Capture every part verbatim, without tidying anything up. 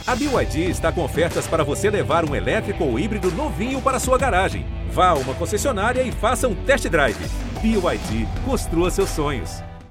A B Y D está com ofertas para você levar um elétrico ou híbrido novinho para sua garagem. Vá a uma concessionária e faça um test drive. B Y D, construa seus sonhos.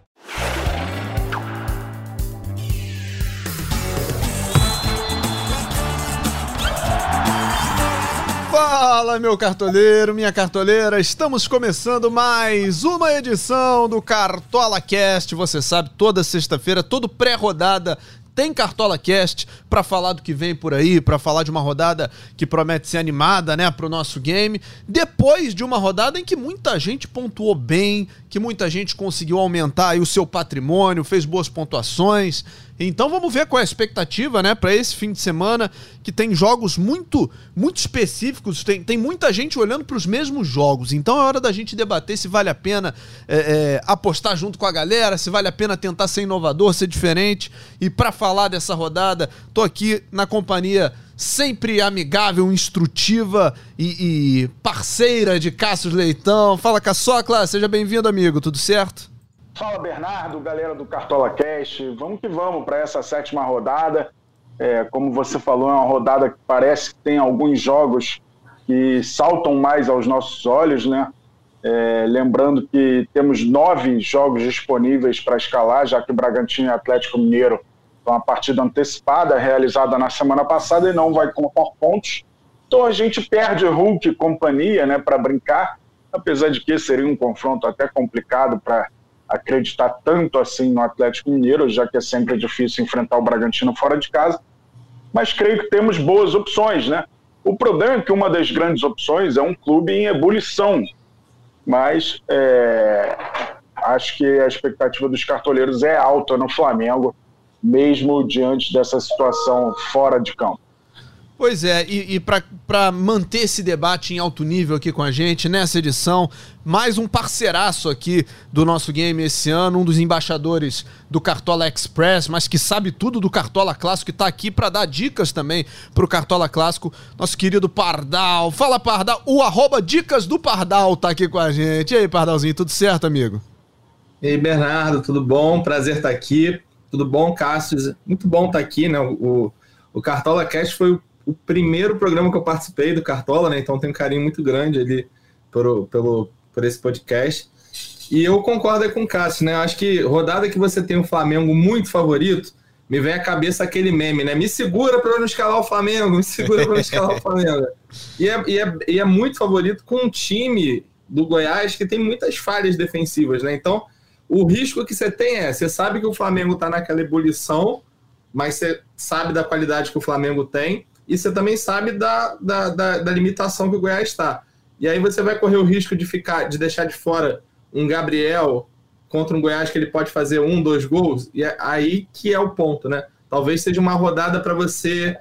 Fala, meu cartoleiro, minha cartoleira, estamos começando mais uma edição do Cartola Cast. Você sabe, toda sexta-feira, todo pré-rodada tem Cartola Cast para falar do que vem por aí, para falar de uma rodada que promete ser animada, né, pro nosso game. Depois de uma rodada em que muita gente pontuou bem, que muita gente conseguiu aumentar aí o seu patrimônio, fez boas pontuações. Então vamos ver qual é a expectativa, né, para esse fim de semana, que tem jogos muito, muito específicos, tem, tem muita gente olhando para os mesmos jogos. Então é hora da gente debater se vale a pena é, é, apostar junto com a galera, se vale a pena tentar ser inovador, ser diferente. E para falar dessa rodada, tô aqui na companhia sempre amigável, instrutiva e, e parceira de Cássio Leitão. Fala, Caçocla, seja bem-vindo, amigo, tudo certo? Fala, Bernardo, galera do Cartola Cast, vamos que vamos para essa sétima rodada. É, como você falou, é uma rodada que parece que tem alguns jogos que saltam mais aos nossos olhos, né? É, lembrando que temos nove jogos disponíveis para escalar, já que o Bragantino e o Atlético Mineiro são uma partida antecipada realizada na semana passada e não vai contar pontos. Então a gente perde Hulk e companhia, né, para brincar, apesar de que seria um confronto até complicado para acreditar tanto assim no Atlético Mineiro, já que é sempre difícil enfrentar o Bragantino fora de casa, mas creio que temos boas opções, né? O problema é que uma das grandes opções é um clube em ebulição, mas é, acho que a expectativa dos cartoleiros é alta no Flamengo, mesmo diante dessa situação fora de campo. Pois é, e, e para manter esse debate em alto nível aqui com a gente, nessa edição, mais um parceiraço aqui do nosso game esse ano, um dos embaixadores do Cartola Express, mas que sabe tudo do Cartola Clássico e tá aqui para dar dicas também pro Cartola Clássico, nosso querido Pardal. Fala, Pardal, o arroba Dicas do Pardal tá aqui com a gente. E aí, Pardalzinho, tudo certo, amigo? E aí, Bernardo, tudo bom? Prazer estar aqui. Tudo bom, Cássio? Muito bom estar aqui, né? O, o Cartola Cast foi o o primeiro programa que eu participei do Cartola, né? Então tem um carinho muito grande ali por, pelo, por esse podcast. E eu concordo aí com o Cássio, né? Eu acho que rodada que você tem um Flamengo muito favorito, me vem à cabeça aquele meme, né? Me segura para eu não escalar o Flamengo, me segura para eu não escalar o Flamengo. E é, e, é, e é muito favorito com um time do Goiás que tem muitas falhas defensivas, né? Então, o risco que você tem é, você sabe que o Flamengo está naquela ebulição, mas você sabe da qualidade que o Flamengo tem, e você também sabe da, da, da, da limitação que o Goiás está. E aí você vai correr o risco de ficar, de deixar de fora um Gabriel contra um Goiás que ele pode fazer um, dois gols, e é aí que é o ponto, né? Talvez seja uma rodada para você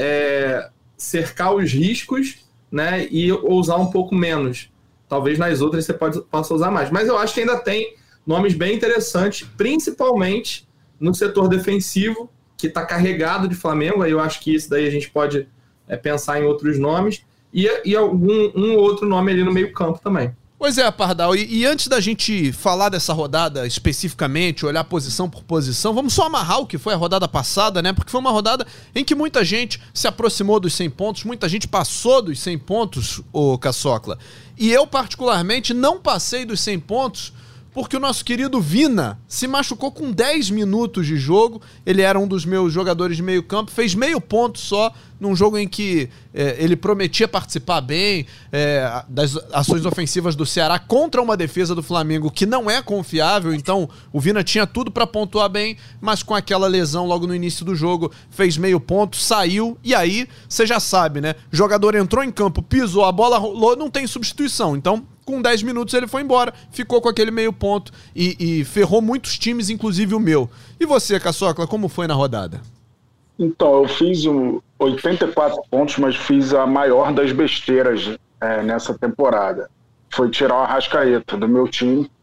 é, cercar os riscos, né, e usar um pouco menos. Talvez nas outras você pode, possa usar mais. Mas eu acho que ainda tem nomes bem interessantes, principalmente no setor defensivo, que está carregado de Flamengo. Aí eu acho que isso daí a gente pode é, pensar em outros nomes, e, e algum um outro nome ali no meio campo também. Pois é, Pardal, e, e antes da gente falar dessa rodada especificamente, olhar posição por posição, vamos só amarrar o que foi a rodada passada, né? Porque foi uma rodada em que muita gente se aproximou dos cem pontos, muita gente passou dos cem pontos, ô Caçocla. E eu, particularmente, não passei dos cem pontos porque o nosso querido Vina se machucou com dez minutos de jogo. Ele era um dos meus jogadores de meio campo, fez meio ponto só num jogo em que é, ele prometia participar bem é, das ações ofensivas do Ceará contra uma defesa do Flamengo que não é confiável. Então o Vina tinha tudo para pontuar bem, mas com aquela lesão logo no início do jogo fez meio ponto, saiu, e aí você já sabe, né? O jogador entrou em campo, pisou, a bola rolou, não tem substituição. Então com dez minutos ele foi embora, ficou com aquele meio ponto e, e ferrou muitos times, inclusive o meu. E você, Caçocla, como foi na rodada? Então, eu fiz um oitenta e quatro pontos, mas fiz a maior das besteiras é, nessa temporada. Foi tirar o Arrascaeta do meu time.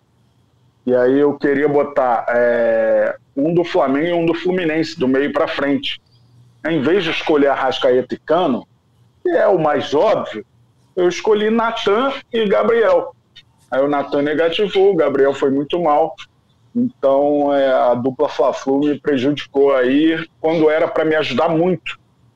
E aí eu queria botar é, um do Flamengo e um do Fluminense, do meio para frente. Em vez de escolher Arrascaeta e Cano, que é o mais óbvio, eu escolhi Natan e Gabriel. Aí o Natan negativou, o Gabriel foi muito mal. Então é, a dupla Fla-Flu me prejudicou aí quando era para me ajudar muito.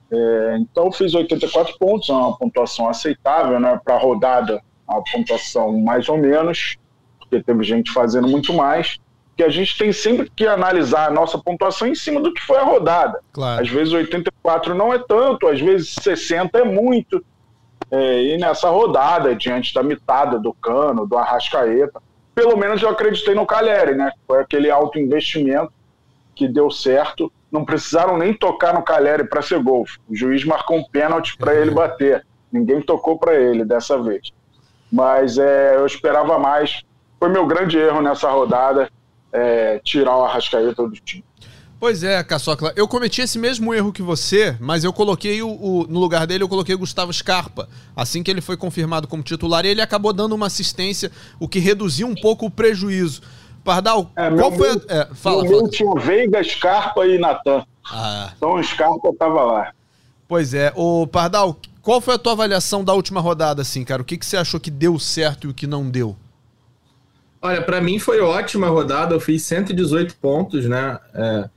É, então eu fiz oitenta e quatro pontos, é uma pontuação aceitável, né? Para a rodada, uma pontuação mais ou menos, porque teve gente fazendo muito mais, que a gente tem sempre que analisar a nossa pontuação em cima do que foi a rodada. Claro. Às vezes oitenta e quatro não é tanto, às vezes sessenta é muito. É, e nessa rodada, diante da mitada do Cano, do Arrascaeta, pelo menos eu acreditei no Calleri, né? Foi aquele alto investimento que deu certo. Não precisaram nem tocar no Calleri para ser gol. O juiz marcou um pênalti para ele bater. Ninguém tocou para ele dessa vez. Mas é, eu esperava mais. Foi meu grande erro nessa rodada, é, tirar o Arrascaeta do time. Pois é, Caçocla. Eu cometi esse mesmo erro que você, mas eu coloquei, o, o no lugar dele, eu coloquei o Gustavo Scarpa. Assim que ele foi confirmado como titular, ele acabou dando uma assistência, o que reduziu um pouco o prejuízo. Pardal, é, qual foi a... Meu, é, fala, meu fala. tinha Veiga, Scarpa e Natan. Ah. Então o Scarpa estava lá. Pois é. Ô, Pardal, qual foi a tua avaliação da última rodada, assim, cara? O que, que você achou que deu certo e o que não deu? Olha, para mim foi ótima a rodada, eu fiz cento e dezoito pontos, né? É,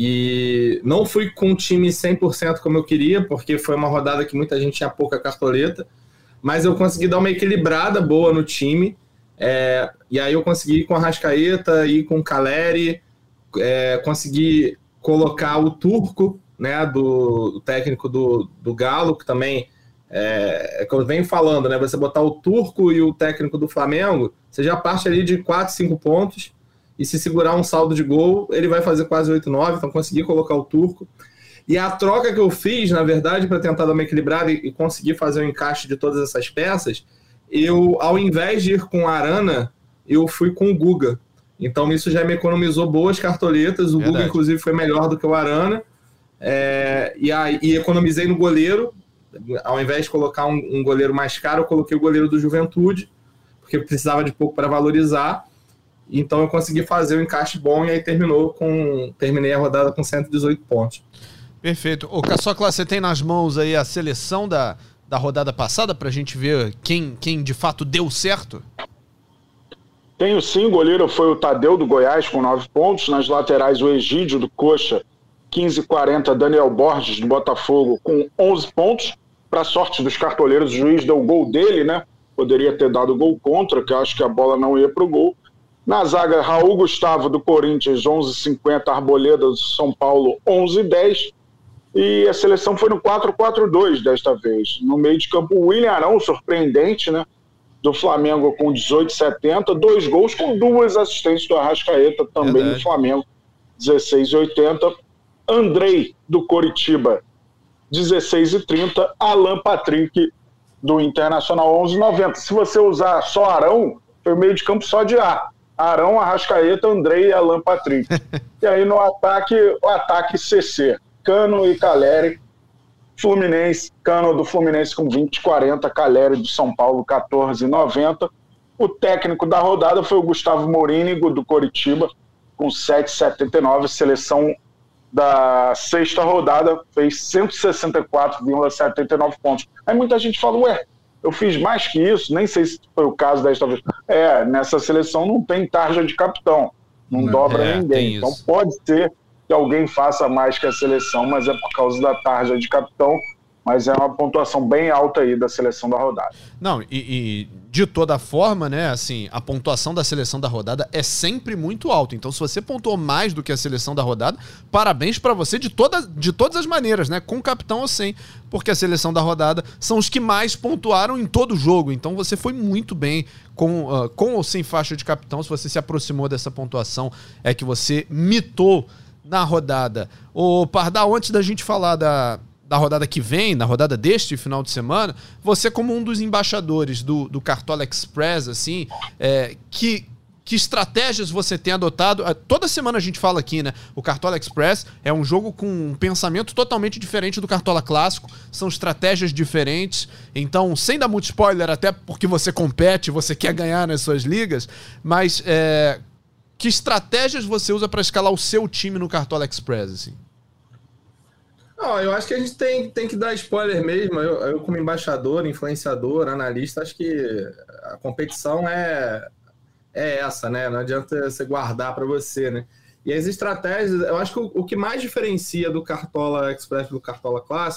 e não fui com um time cem por cento como eu queria, porque foi uma rodada que muita gente tinha pouca cartoleta, mas eu consegui dar uma equilibrada boa no time. É, e aí eu consegui ir com a Arrascaeta, ir com o Calleri, é, consegui colocar o Turco, né, do, do técnico do, do Galo, que também é, é que eu venho falando, né, você botar o Turco e o técnico do Flamengo, você já parte ali de quatro, cinco pontos, e se segurar um saldo de gol, ele vai fazer quase oito, nove, então consegui colocar o Turco. E a troca que eu fiz, na verdade, para tentar dar uma equilibrada e, e conseguir fazer o encaixe de todas essas peças, eu, ao invés de ir com a Arana, eu fui com o Guga. Então isso já me economizou boas cartoletas. O Verdade. Guga, inclusive, foi melhor do que o Arana. É, e, aí, e economizei no goleiro. Ao invés de colocar um, um goleiro mais caro, eu coloquei o goleiro do Juventude, porque eu precisava de pouco para valorizar. Então eu consegui fazer o um encaixe bom e aí terminou com, terminei a rodada com cento e dezoito pontos. Perfeito. Ô, Caçocla, você tem nas mãos aí a seleção da... da rodada passada, pra gente ver quem, quem de fato deu certo? Tenho sim, o goleiro foi o Tadeu do Goiás com nove pontos, nas laterais o Egídio do Coxa, quinze e quarenta, Daniel Borges do Botafogo com onze pontos, para sorte dos cartoleiros, o juiz deu o gol dele, né? Poderia ter dado gol contra, que eu acho que a bola não ia pro gol. Na zaga, Raul Gustavo do Corinthians, onze e cinquenta, Arboleda do São Paulo, onze e dez. E a seleção foi no quatro quatro dois desta vez. No meio de campo, o William Arão, surpreendente, né? Do Flamengo com dezoito e setenta, dois gols com duas assistências do Arrascaeta, também Verdade. Do Flamengo, dezesseis e oitenta. Andrei, do Coritiba, dezesseis e trinta. Alan Patrick, do Internacional, onze e noventa. Se você usar só Arão, foi o meio de campo só de A. Arão, Arrascaeta, Andrei e Alan Patrick. E aí no ataque, o ataque C C. Cano e Calleri, Fluminense, Cano do Fluminense com vinte e quarenta, Calleri do São Paulo quatorze e noventa. O técnico da rodada foi o Gustavo Morínigo do Coritiba com sete e setenta e nove, seleção da sexta rodada fez cento e sessenta e quatro vírgula setenta e nove pontos. Aí muita gente fala, ué, eu fiz mais que isso, nem sei se foi o caso desta vez. É, nessa seleção não tem tarja de capitão, não, não dobra é, ninguém, então pode ser que alguém faça mais que a seleção, mas é por causa da tarja de capitão, mas é uma pontuação bem alta aí da seleção da rodada. Não, e, e de toda forma, né, assim, a pontuação da seleção da rodada é sempre muito alta, então se você pontuou mais do que a seleção da rodada, parabéns pra você de, toda, de todas as maneiras, né, com capitão ou sem, porque a seleção da rodada são os que mais pontuaram em todo o jogo, então você foi muito bem com, uh, com ou sem faixa de capitão, se você se aproximou dessa pontuação, é que você mitou na rodada. Ô, Pardal, antes da gente falar da, da rodada que vem, na rodada deste final de semana, você como um dos embaixadores do, do Cartola Express, assim, é, que, que estratégias você tem adotado? Toda semana a gente fala aqui, né? O Cartola Express é um jogo com um pensamento totalmente diferente do Cartola Clássico, são estratégias diferentes, então, sem dar muito spoiler, até porque você compete, você quer ganhar nas suas ligas, mas é, que estratégias você usa para escalar o seu time no Cartola Express, assim? Não, eu acho que a gente tem, tem que dar spoiler mesmo. Eu, eu, como embaixador, influenciador, analista, acho que a competição é, é essa, né? Não adianta você guardar para você, né? E as estratégias, eu acho que o, o que mais diferencia do Cartola Express do Cartola Clássico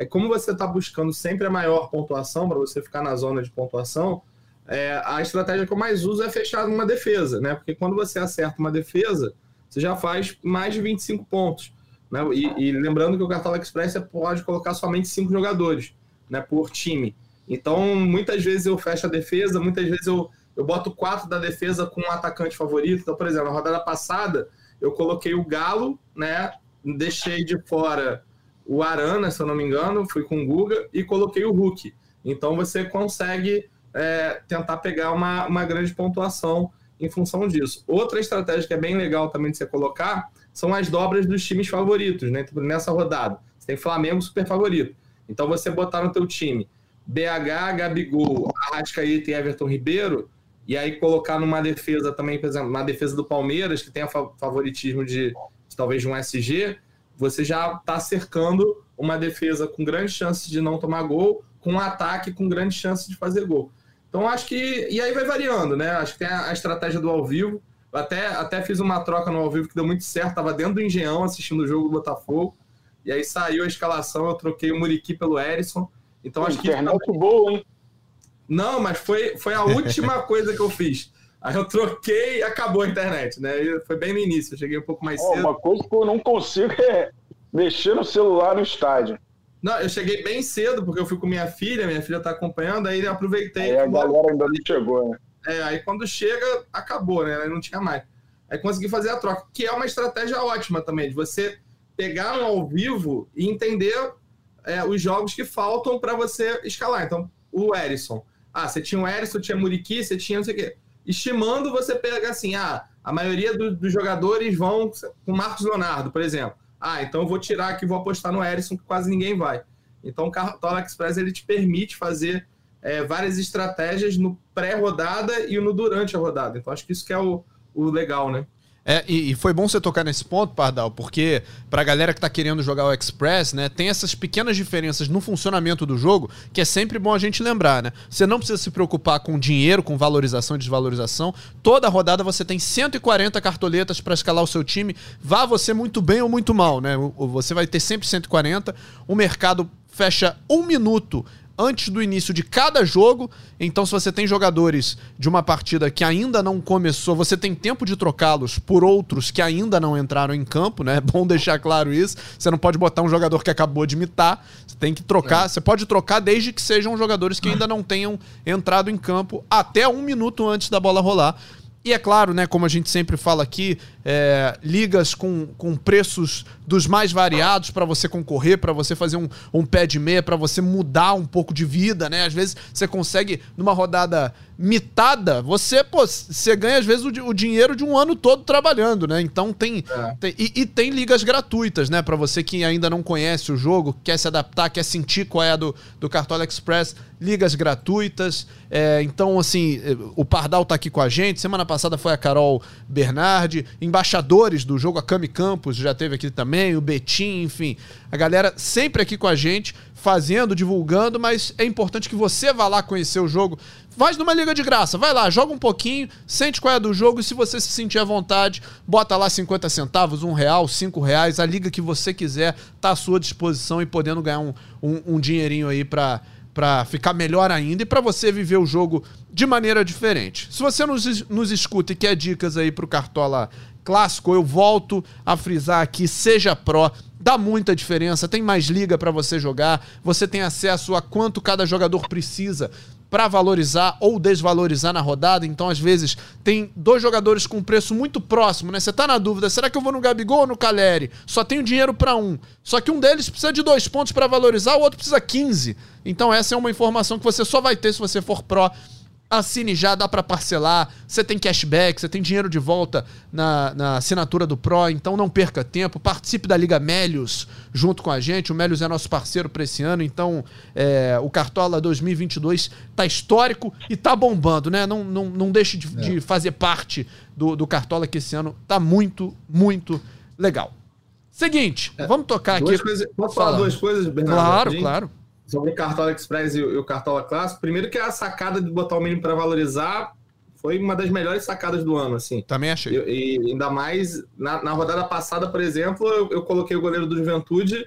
é como você está buscando sempre a maior pontuação, para você ficar na zona de pontuação, é, a estratégia que eu mais uso é fechar numa defesa, né? Porque quando você acerta uma defesa, você já faz mais de vinte e cinco pontos. Né? E, e lembrando que o Cartola Express você pode colocar somente cinco jogadores, né, por time. Então, muitas vezes eu fecho a defesa, muitas vezes eu, eu boto quatro da defesa com um atacante favorito. Então, por exemplo, na rodada passada, eu coloquei o Galo, né, deixei de fora o Arana, se eu não me engano, fui com o Guga, e coloquei o Hulk. Então, você consegue é, tentar pegar uma, uma grande pontuação em função disso. Outra estratégia que é bem legal também de você colocar são as dobras dos times favoritos, né? Nessa rodada. Você tem Flamengo super favorito. Então, você botar no teu time B H, Gabigol, Arrascaeta e Everton Ribeiro, e aí colocar numa defesa também, por exemplo, uma defesa do Palmeiras, que tem a favoritismo de, de talvez de um S G, você já está cercando uma defesa com grandes chances de não tomar gol, com um ataque com grandes chances de fazer gol. Então, acho que... E aí vai variando, né? Acho que tem a, a estratégia do ao vivo. Eu até, até fiz uma troca no ao vivo que deu muito certo. Estava dentro do Engenhão assistindo o jogo do Botafogo. E aí saiu a escalação, eu troquei o Muriqui pelo Erisson. Então, acho que... Internet boa, hein? Não, mas foi, foi a última coisa que eu fiz. Aí eu troquei e acabou a internet, né? E foi bem no início, eu cheguei um pouco mais oh, cedo. Uma coisa que eu não consigo é mexer no celular no estádio. Não, eu cheguei bem cedo, porque eu fui com minha filha, minha filha tá acompanhando, aí eu aproveitei. Aí a galera ainda não chegou, né? É, aí quando chega, acabou, né? Aí não tinha mais. Aí consegui fazer a troca, que é uma estratégia ótima também, de você pegar no ao vivo e entender é, os jogos que faltam para você escalar. Então, o Erisson. Ah, você tinha o Erisson, tinha Muriqui, você tinha não sei o quê. Estimando, você pega assim, ah, a maioria do, dos jogadores vão com o Marcos Leonardo, por exemplo. Ah, então eu vou tirar aqui, vou apostar no Erisson, que quase ninguém vai. Então o Cartola Express ele te permite fazer é, várias estratégias no pré-rodada e no durante a rodada. Então acho que isso que é o, o legal, né? É, e, e foi bom você tocar nesse ponto, Pardal, porque pra galera que tá querendo jogar o Express, né, tem essas pequenas diferenças no funcionamento do jogo que é sempre bom a gente lembrar, né? Você não precisa se preocupar com dinheiro, com valorização e desvalorização. Toda rodada você tem cento e quarenta cartoletas para escalar o seu time, vá você muito bem ou muito mal, né? Você vai ter sempre cento e quarenta. O mercado fecha um minuto antes do início de cada jogo. Então, se você tem jogadores de uma partida que ainda não começou, você tem tempo de trocá-los por outros que ainda não entraram em campo, né? É bom deixar claro isso. Você não pode botar um jogador que acabou de imitar. Você tem que trocar. É. Você pode trocar desde que sejam jogadores que ainda não tenham entrado em campo até um minuto antes da bola rolar. E é claro, né, como a gente sempre fala aqui, é, ligas com, com preços dos mais variados para você concorrer, para você fazer um, um pé de meia, para você mudar um pouco de vida, né? Às vezes você consegue, numa rodada mitada, você, pô, você ganha às vezes o, o dinheiro de um ano todo trabalhando, né? Então tem... É. tem e, e tem ligas gratuitas, né? Para você que ainda não conhece o jogo, quer se adaptar, quer sentir qual é a do, do Cartola Express, ligas gratuitas. É, então, assim, o Pardal tá aqui com a gente. Semana passada foi a Carol Bernardi, embaixadores do jogo, a Cami Campos já teve aqui também, o Betim, enfim. A galera sempre aqui com a gente, fazendo, divulgando, mas é importante que você vá lá conhecer o jogo. Faz numa liga de graça, vai lá, joga um pouquinho, sente qual é do jogo e se você se sentir à vontade, bota lá cinquenta centavos, um real, cinco reais, a liga que você quiser tá à sua disposição e podendo ganhar um, um, um dinheirinho aí pra, pra ficar melhor ainda e pra você viver o jogo de maneira diferente. Se você nos, nos escuta e quer dicas aí pro Cartola Clássico, eu volto a frisar aqui, seja pró, dá muita diferença, tem mais liga pra você jogar, você tem acesso a quanto cada jogador precisa para valorizar ou desvalorizar na rodada. Então, às vezes, tem dois jogadores com preço muito próximo, né? Você tá na dúvida, será que eu vou no Gabigol ou no Caleri? Só tenho dinheiro para um. Só que um deles precisa de dois pontos para valorizar, o outro precisa quinze. Então, essa é uma informação que você só vai ter se você for pró. Assine já, dá pra parcelar, você tem cashback, você tem dinheiro de volta na, na assinatura do Pro, então não perca tempo, participe da Liga Melius junto com a gente, o Melius é nosso parceiro pra esse ano, então é, o Cartola dois mil e vinte e dois tá histórico e tá bombando, né? Não, não, não deixe de, é. de fazer parte do, do Cartola, que esse ano tá muito, muito legal. Seguinte, é, vamos tocar aqui... Coisas, posso falar duas coisas, Bernardo? Claro, claro. Sobre o Cartola Express e o Cartola Clássico, primeiro que a sacada de botar o mínimo para valorizar foi uma das melhores sacadas do ano, assim. Também achei. E, e ainda mais, na, na rodada passada, por exemplo, eu, eu coloquei o goleiro do Juventude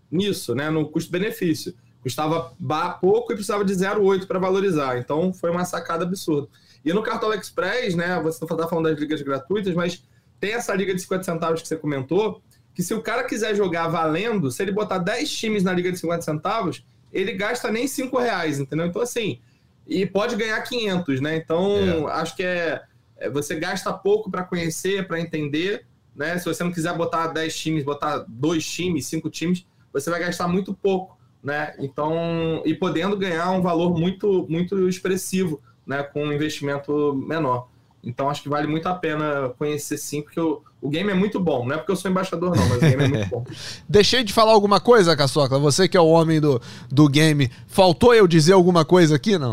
nisso, né, no custo-benefício. Custava pouco e precisava de zero vírgula oito para valorizar. Então, foi uma sacada absurda. E no Cartola Express, né, você está falando das ligas gratuitas, mas tem essa liga de cinquenta centavos que você comentou, que se o cara quiser jogar valendo, se ele botar dez times na liga de cinquenta centavos, ele gasta nem cinco reais, entendeu? Então, assim, e pode ganhar quinhentos, né? Então, é. acho que é, é você gasta pouco para conhecer, para entender, né? Se você não quiser botar dez times, botar dois times, cinco times, você vai gastar muito pouco, né? Então, e podendo ganhar um valor muito, muito expressivo, né? Com um investimento menor. Então, acho que vale muito a pena conhecer, sim, porque o, o game é muito bom. Não é porque eu sou embaixador, não, mas o game é muito bom. Deixei de falar alguma coisa, Caçocla? Você que é o homem do, do game. Faltou eu dizer alguma coisa aqui, não?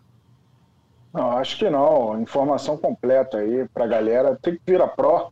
Não, acho que não. Informação completa aí pra galera. Tem que virar pró.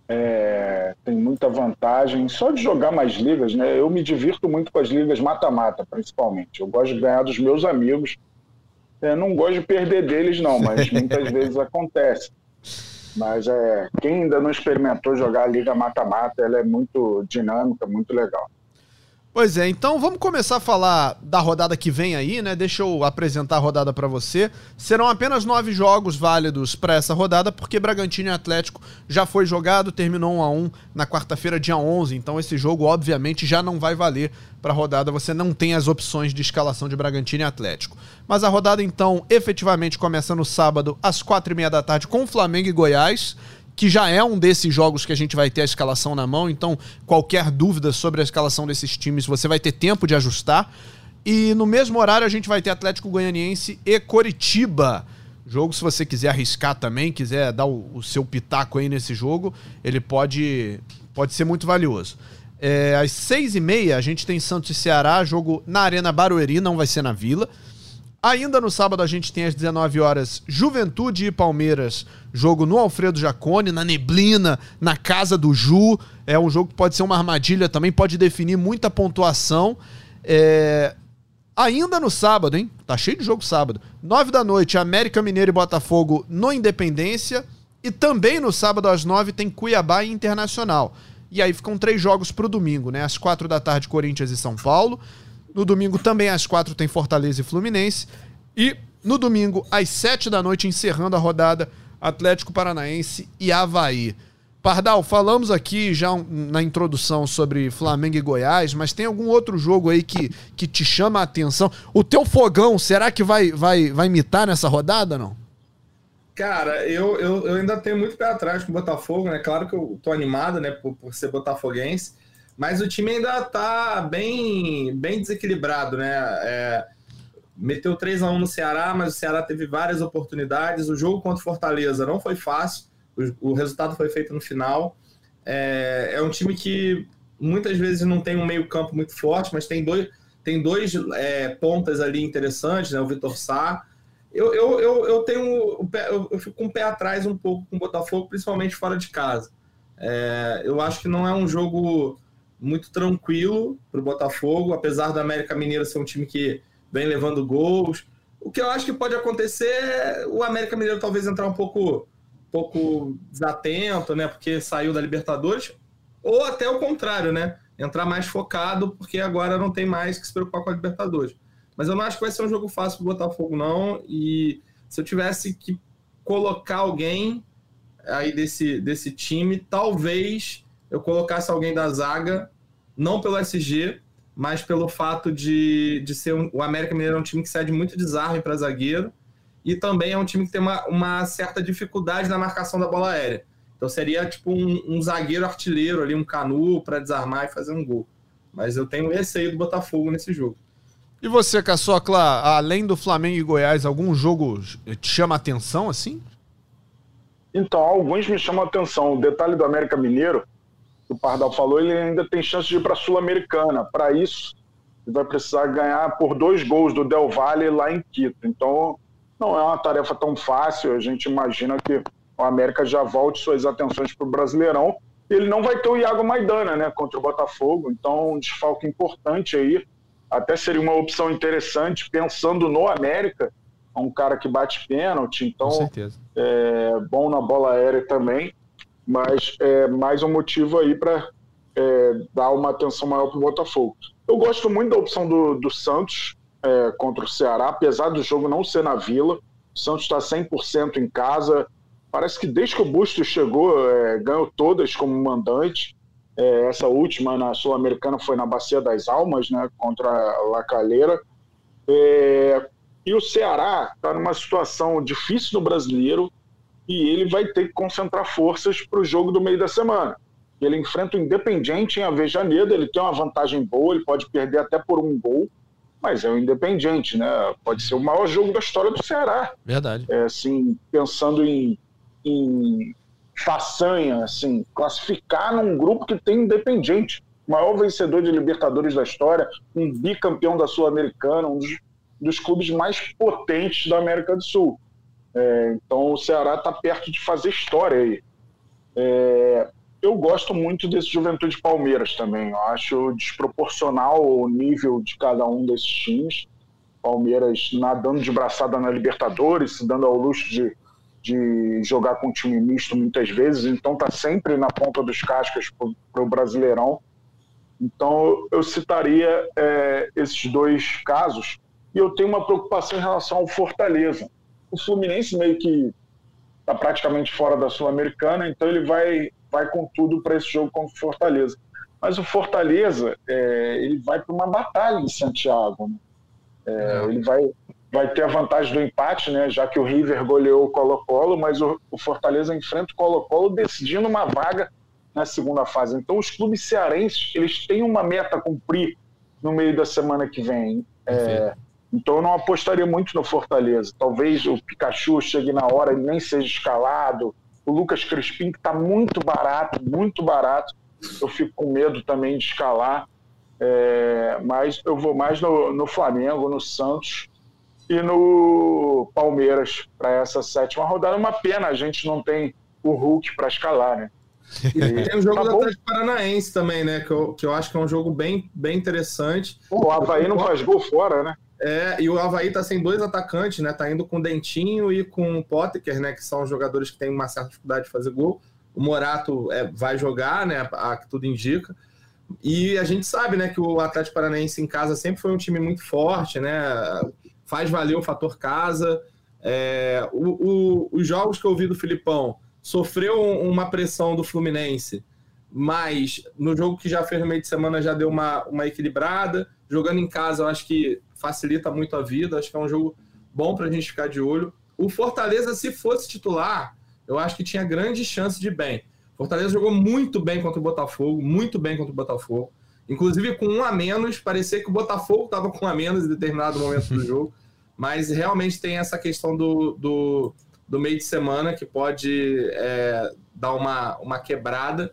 É, tem muita vantagem. Só de jogar mais ligas, né? Eu me divirto muito com as ligas mata-mata, principalmente. Eu gosto de ganhar dos meus amigos. Eu não gosto de perder deles, não, mas muitas vezes acontece. Mas é, quem ainda não experimentou jogar a Liga Mata-Mata, ela é muito dinâmica, muito legal. Pois é, então vamos começar a falar da rodada que vem aí, né? Deixa eu apresentar a rodada para você. Serão apenas nove jogos válidos para essa rodada, porque Bragantino e Atlético já foi jogado, terminou um a um na quarta-feira, dia onze. Então esse jogo, obviamente, já não vai valer para a rodada. Você não tem as opções de escalação de Bragantino e Atlético. Mas a rodada, então, efetivamente começa no sábado, às quatro e meia da tarde, com Flamengo e Goiás, que já é um desses jogos que a gente vai ter a escalação na mão, então qualquer dúvida sobre a escalação desses times, você vai ter tempo de ajustar. E no mesmo horário a gente vai ter Atlético Goianiense e Coritiba. Jogo, se você quiser arriscar também, quiser dar o, o seu pitaco aí nesse jogo, ele pode, pode ser muito valioso. É, às seis e meia a gente tem Santos e Ceará, jogo na Arena Barueri, não vai ser na Vila. Ainda no sábado a gente tem às dezenove horas Juventude e Palmeiras, jogo no Alfredo Jaconi, na neblina, na casa do Ju. É um jogo que pode ser uma armadilha também, pode definir muita pontuação. É... Ainda no sábado, hein? Tá cheio de jogo sábado. nove da noite, América Mineiro e Botafogo no Independência. E também no sábado às nove tem Cuiabá e Internacional. E aí ficam três jogos pro domingo, né? Às quatro da tarde, Corinthians e São Paulo. No domingo também às quatro tem Fortaleza e Fluminense. E no domingo às sete da noite, encerrando a rodada, Atlético Paranaense e Avaí. Pardal, falamos aqui já na introdução sobre Flamengo e Goiás, mas tem algum outro jogo aí que, que te chama a atenção? O teu fogão, será que vai, vai, vai imitar nessa rodada, não? Cara, eu, eu, eu ainda tenho muito pé atrás com o Botafogo, né? Claro que eu tô animado, né, por, por ser botafoguense. Mas o time ainda tá bem, bem desequilibrado, né? É, meteu três a um no Ceará, mas o Ceará teve várias oportunidades. O jogo contra o Fortaleza não foi fácil, o, o resultado foi feito no final. É, é um time que muitas vezes não tem um meio campo muito forte, mas tem dois, tem dois é, pontas ali interessantes, né? O Vitor Sá. Eu, eu, eu, eu, tenho, eu, eu fico com o pé atrás um pouco com o Botafogo, principalmente fora de casa. É, eu acho que não é um jogo muito tranquilo para o Botafogo, apesar do América Mineiro ser um time que vem levando gols. O que eu acho que pode acontecer é o América Mineiro talvez entrar um pouco, pouco desatento, né, porque saiu da Libertadores, ou até o contrário, né, entrar mais focado, porque agora não tem mais que se preocupar com a Libertadores. Mas eu não acho que vai ser um jogo fácil para o Botafogo, não, e se eu tivesse que colocar alguém aí desse, desse time, talvez eu colocasse alguém da zaga, não pelo S G, mas pelo fato de, de ser um, o América Mineiro é um time que cede muito desarme para zagueiro, e também é um time que tem uma, uma certa dificuldade na marcação da bola aérea. Então seria tipo um, um zagueiro artilheiro ali, um Canu para desarmar e fazer um gol. Mas eu tenho receio do Botafogo nesse jogo. E você, Caçocla, além do Flamengo e Goiás, algum jogo te chama a atenção assim? Então, alguns me chamam a atenção. O detalhe do América Mineiro, o Pardal falou, ele ainda tem chance de ir para a Sul-Americana. Para isso, ele vai precisar ganhar por dois gols do Del Valle lá em Quito. Então, não é uma tarefa tão fácil. A gente imagina que o América já volte suas atenções para o Brasileirão. Ele não vai ter o Iago Maidana, né, contra o Botafogo. Então, um desfalque importante aí. Até seria uma opção interessante, pensando no América. É um cara que bate pênalti, então é bom na bola aérea também. Mas é mais um motivo aí para é, dar uma atenção maior para o Botafogo. Eu gosto muito da opção do, do Santos é, contra o Ceará, apesar do jogo não ser na Vila. O Santos está cem por cento em casa. Parece que desde que o Bustos chegou, é, ganhou todas como mandante. É, essa última na Sul-Americana foi na Bacia das Almas, né, contra a La Calera. É, e o Ceará está numa situação difícil no Brasileiro e ele vai ter que concentrar forças para o jogo do meio da semana. Ele enfrenta o Independiente em Avejaneira, ele tem uma vantagem boa, ele pode perder até por um gol, mas é o Independiente, né? Pode ser o maior jogo da história do Ceará. Verdade. É, assim, pensando em, em façanha, assim, classificar num grupo que tem Independiente, o maior vencedor de Libertadores da história, um bicampeão da Sul-Americana, um dos, dos clubes mais potentes da América do Sul. É, então o Ceará está perto de fazer história aí. É, eu gosto muito desse Juventude Palmeiras também. Eu acho desproporcional o nível de cada um desses times. Palmeiras nadando de braçada na Libertadores, se dando ao luxo de, de jogar com um time misto muitas vezes, então está sempre na ponta dos cascas para o Brasileirão. Então eu citaria é, esses dois casos. E eu tenho uma preocupação em relação ao Fortaleza. O Fluminense meio que está praticamente fora da Sul-Americana, então ele vai, vai com tudo para esse jogo contra o Fortaleza. Mas o Fortaleza, é, ele vai para uma batalha em Santiago. Né? É, ele vai, vai ter a vantagem do empate, né? Já que o River goleou o Colo-Colo, mas o, o Fortaleza enfrenta o Colo-Colo decidindo uma vaga na segunda fase. Então os clubes cearenses, eles têm uma meta a cumprir no meio da semana que vem. É, então eu não apostaria muito no Fortaleza. Talvez o Pikachu chegue na hora e nem seja escalado. O Lucas Crispim, que está muito barato, muito barato. Eu fico com medo também de escalar. É, mas eu vou mais no, no Flamengo, no Santos e no Palmeiras para essa sétima rodada. Uma pena, a gente não tem o Hulk para escalar, né? E tem o jogo tá do Atlético Paranaense também, né? Que eu, que eu acho que é um jogo bem, bem interessante. O Avaí não faz gol fora, né? É, e o Avaí tá sem dois atacantes, né? Tá indo com o Dentinho e com o Potker, né? Que são jogadores que têm uma certa dificuldade de fazer gol. O Morato é, vai jogar, né? A, a que tudo indica. E a gente sabe, né? Que o Atlético Paranaense em casa sempre foi um time muito forte, né? Faz valer o fator casa. É, o, o, os jogos que eu vi do Filipão sofreu uma pressão do Fluminense, mas no jogo que já fez no meio de semana já deu uma, uma equilibrada. Jogando em casa, eu acho que facilita muito a vida. Acho que é um jogo bom para a gente ficar de olho. O Fortaleza, se fosse titular, eu acho que tinha grande chance de ir bem. Fortaleza jogou muito bem contra o Botafogo, muito bem contra o Botafogo. Inclusive com um a menos, parecia que o Botafogo estava com um a menos em determinado momento do jogo. Mas realmente tem essa questão do, do, do meio de semana que pode é, dar uma, uma quebrada.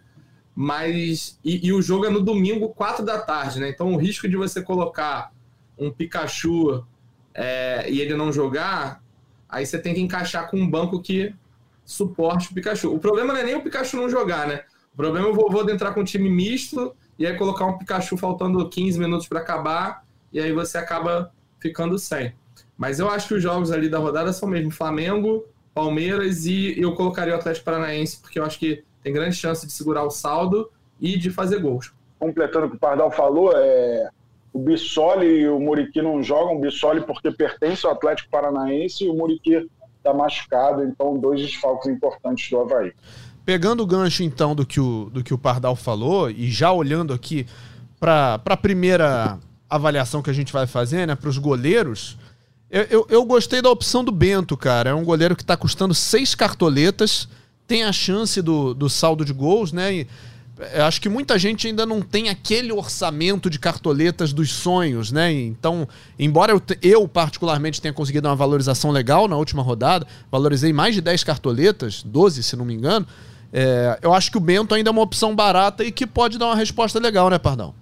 Mas e, e o jogo é no domingo, quatro da tarde, né? Então o risco de você colocar um Pikachu é, e ele não jogar, aí você tem que encaixar com um banco que suporte o Pikachu. O problema não é nem o Pikachu não jogar, né? O problema é o Vovô entrar com um time misto e aí colocar um Pikachu faltando quinze minutos para acabar e aí você acaba ficando sem. Mas eu acho que os jogos ali da rodada são mesmo Flamengo, Palmeiras e eu colocaria o Atlético Paranaense porque eu acho que tem grande chance de segurar o saldo e de fazer gols. Completando o que o Pardal falou, é... o Bissoli e o Muriqui não jogam. O Bissoli porque pertence ao Atlético Paranaense e o Muriqui está machucado, então dois desfalques importantes do Avaí. Pegando o gancho então do que o, do que o Pardal falou e já olhando aqui para a primeira avaliação que a gente vai fazer, né, para os goleiros, eu, eu, eu gostei da opção do Bento, cara. É um goleiro que está custando seis cartoletas, tem a chance do, do saldo de gols, né, e eu acho que muita gente ainda não tem aquele orçamento de cartoletas dos sonhos, né? Então, embora eu, eu particularmente tenha conseguido uma valorização legal na última rodada, valorizei mais de dez cartoletas, doze se não me engano, é, eu acho que o Bento ainda é uma opção barata e que pode dar uma resposta legal, né, Pardal?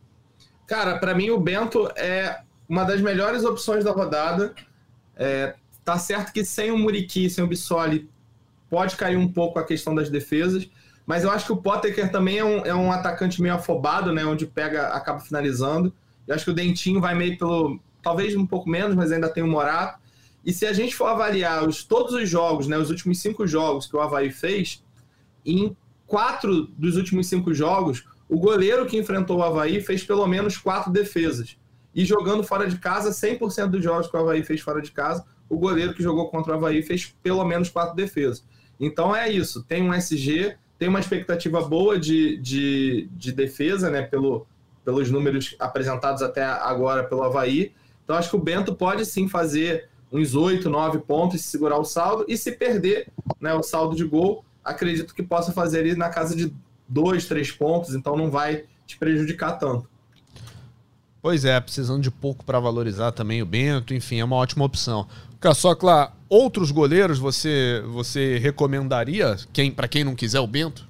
Cara, para mim o Bento é uma das melhores opções da rodada. É, tá certo que sem o Muriqui, sem o Bissoli, pode cair um pouco a questão das defesas, mas eu acho que o Potker também é um, é um atacante meio afobado, né? Onde pega, acaba finalizando. Eu acho que o Dentinho vai meio pelo... Talvez um pouco menos, mas ainda tem o Morato. E se a gente for avaliar os, todos os jogos, né? Os últimos cinco jogos que o Avaí fez, em quatro dos últimos cinco jogos, o goleiro que enfrentou o Avaí fez pelo menos quatro defesas. E jogando fora de casa, cem por cento dos jogos que o Avaí fez fora de casa, o goleiro que jogou contra o Avaí fez pelo menos quatro defesas. Então é isso, tem um S G, tem uma expectativa boa de, de, de defesa, né, pelo, pelos números apresentados até agora pelo Avaí. Então acho que o Bento pode sim fazer uns oito, nove pontos, segurar o saldo, e se perder, né, o saldo de gol, acredito que possa fazer ali na casa de dois, três pontos, então não vai te prejudicar tanto. Pois é, precisando de pouco para valorizar também o Bento, enfim, é uma ótima opção. Caçocla, outros goleiros você, você recomendaria quem, para quem não quiser o Bento?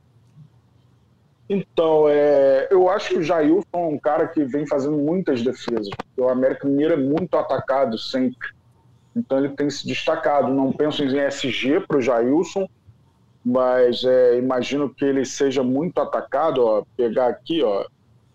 Então, é, eu acho que o Jailson é um cara que vem fazendo muitas defesas. O América Mineiro é muito atacado sempre. Então ele tem se destacado. Não penso em S G para o Jailson, mas é, imagino que ele seja muito atacado. Ó, pegar aqui, ó,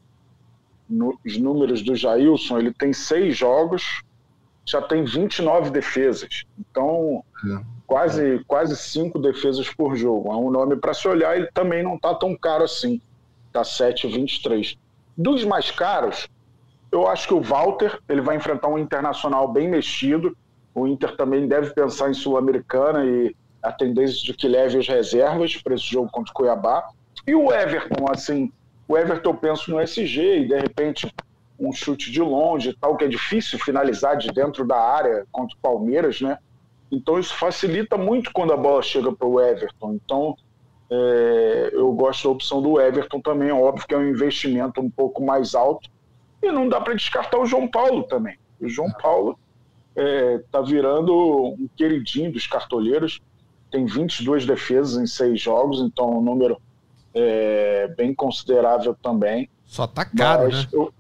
no, os números do Jailson, ele tem seis jogos, já tem vinte e nove defesas. Então, é. quase, quase cinco defesas por jogo. É um nome para se olhar, ele também não está tão caro assim. Está sete vírgula vinte e três. Dos mais caros, eu acho que o Walter, ele vai enfrentar um Internacional bem mexido. O Inter também deve pensar em Sul-Americana e a tendência de que leve as reservas para esse jogo contra o Cuiabá. E o Everton, assim, o Everton eu penso no S G e de repente um chute de longe e tal, que é difícil finalizar de dentro da área contra o Palmeiras, né? Então isso facilita muito quando a bola chega para o Everton. Então é, eu gosto da opção do Everton também, óbvio que é um investimento um pouco mais alto. E não dá para descartar o João Paulo também. O João Paulo está é, virando um queridinho dos cartoleiros, tem vinte e duas defesas em seis jogos, então um número é, bem considerável também. Só tá caro, Mas né? Eu,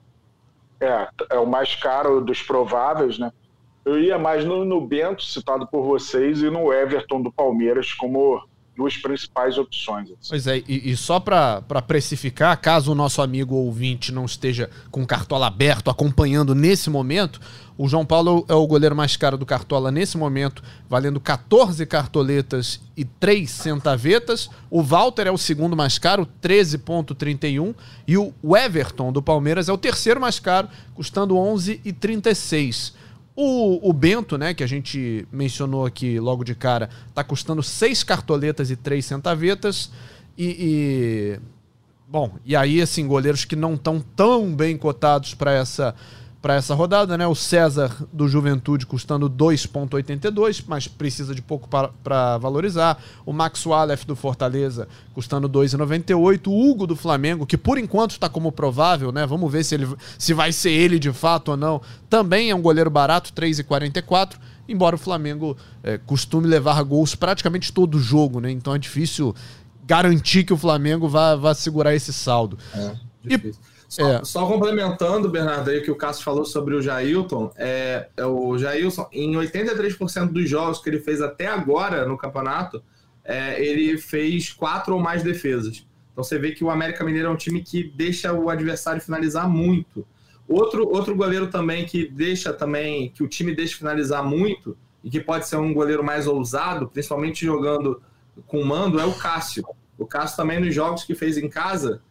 é, é o mais caro dos prováveis, né? Eu ia mais no, no Bento, citado por vocês, e no Everton do Palmeiras como duas principais opções. Assim. Pois é, e, e só para precificar, caso o nosso amigo ouvinte não esteja com o Cartola aberto acompanhando nesse momento, o João Paulo é o goleiro mais caro do Cartola nesse momento, valendo quatorze cartoletas e três centavetas. O Walter é o segundo mais caro, treze vírgula trinta e um. E o Everton do Palmeiras é o terceiro mais caro, custando onze vírgula trinta e seis. O, o Bento, né, que a gente mencionou aqui logo de cara, tá custando seis cartoletas e três centavetas. E, e... Bom, e aí, assim, goleiros que não estão tão bem cotados para essa, para essa rodada, né? O César do Juventude custando dois vírgula oitenta e dois, mas precisa de pouco para valorizar. O Max Wallef do Fortaleza custando dois vírgula noventa e oito. O Hugo do Flamengo, que por enquanto está como provável, né? Vamos ver se, ele, se vai ser ele de fato ou não. Também é um goleiro barato, três vírgula quarenta e quatro. Embora o Flamengo é, costume levar gols praticamente todo jogo, né? Então é difícil garantir que o Flamengo vá, vá segurar esse saldo. É, difícil. E, Só, é. só complementando, Bernardo, aí o que o Cássio falou sobre o Jailton, é, é o Jailson, em oitenta e três por cento dos jogos que ele fez até agora no campeonato, é, ele fez quatro ou mais defesas. Então você vê que o América Mineiro é um time que deixa o adversário finalizar muito. Outro, outro goleiro também que deixa também, que o time deixa finalizar muito, e que pode ser um goleiro mais ousado, principalmente jogando com mando, é o Cássio. O Cássio também nos jogos que fez em casa,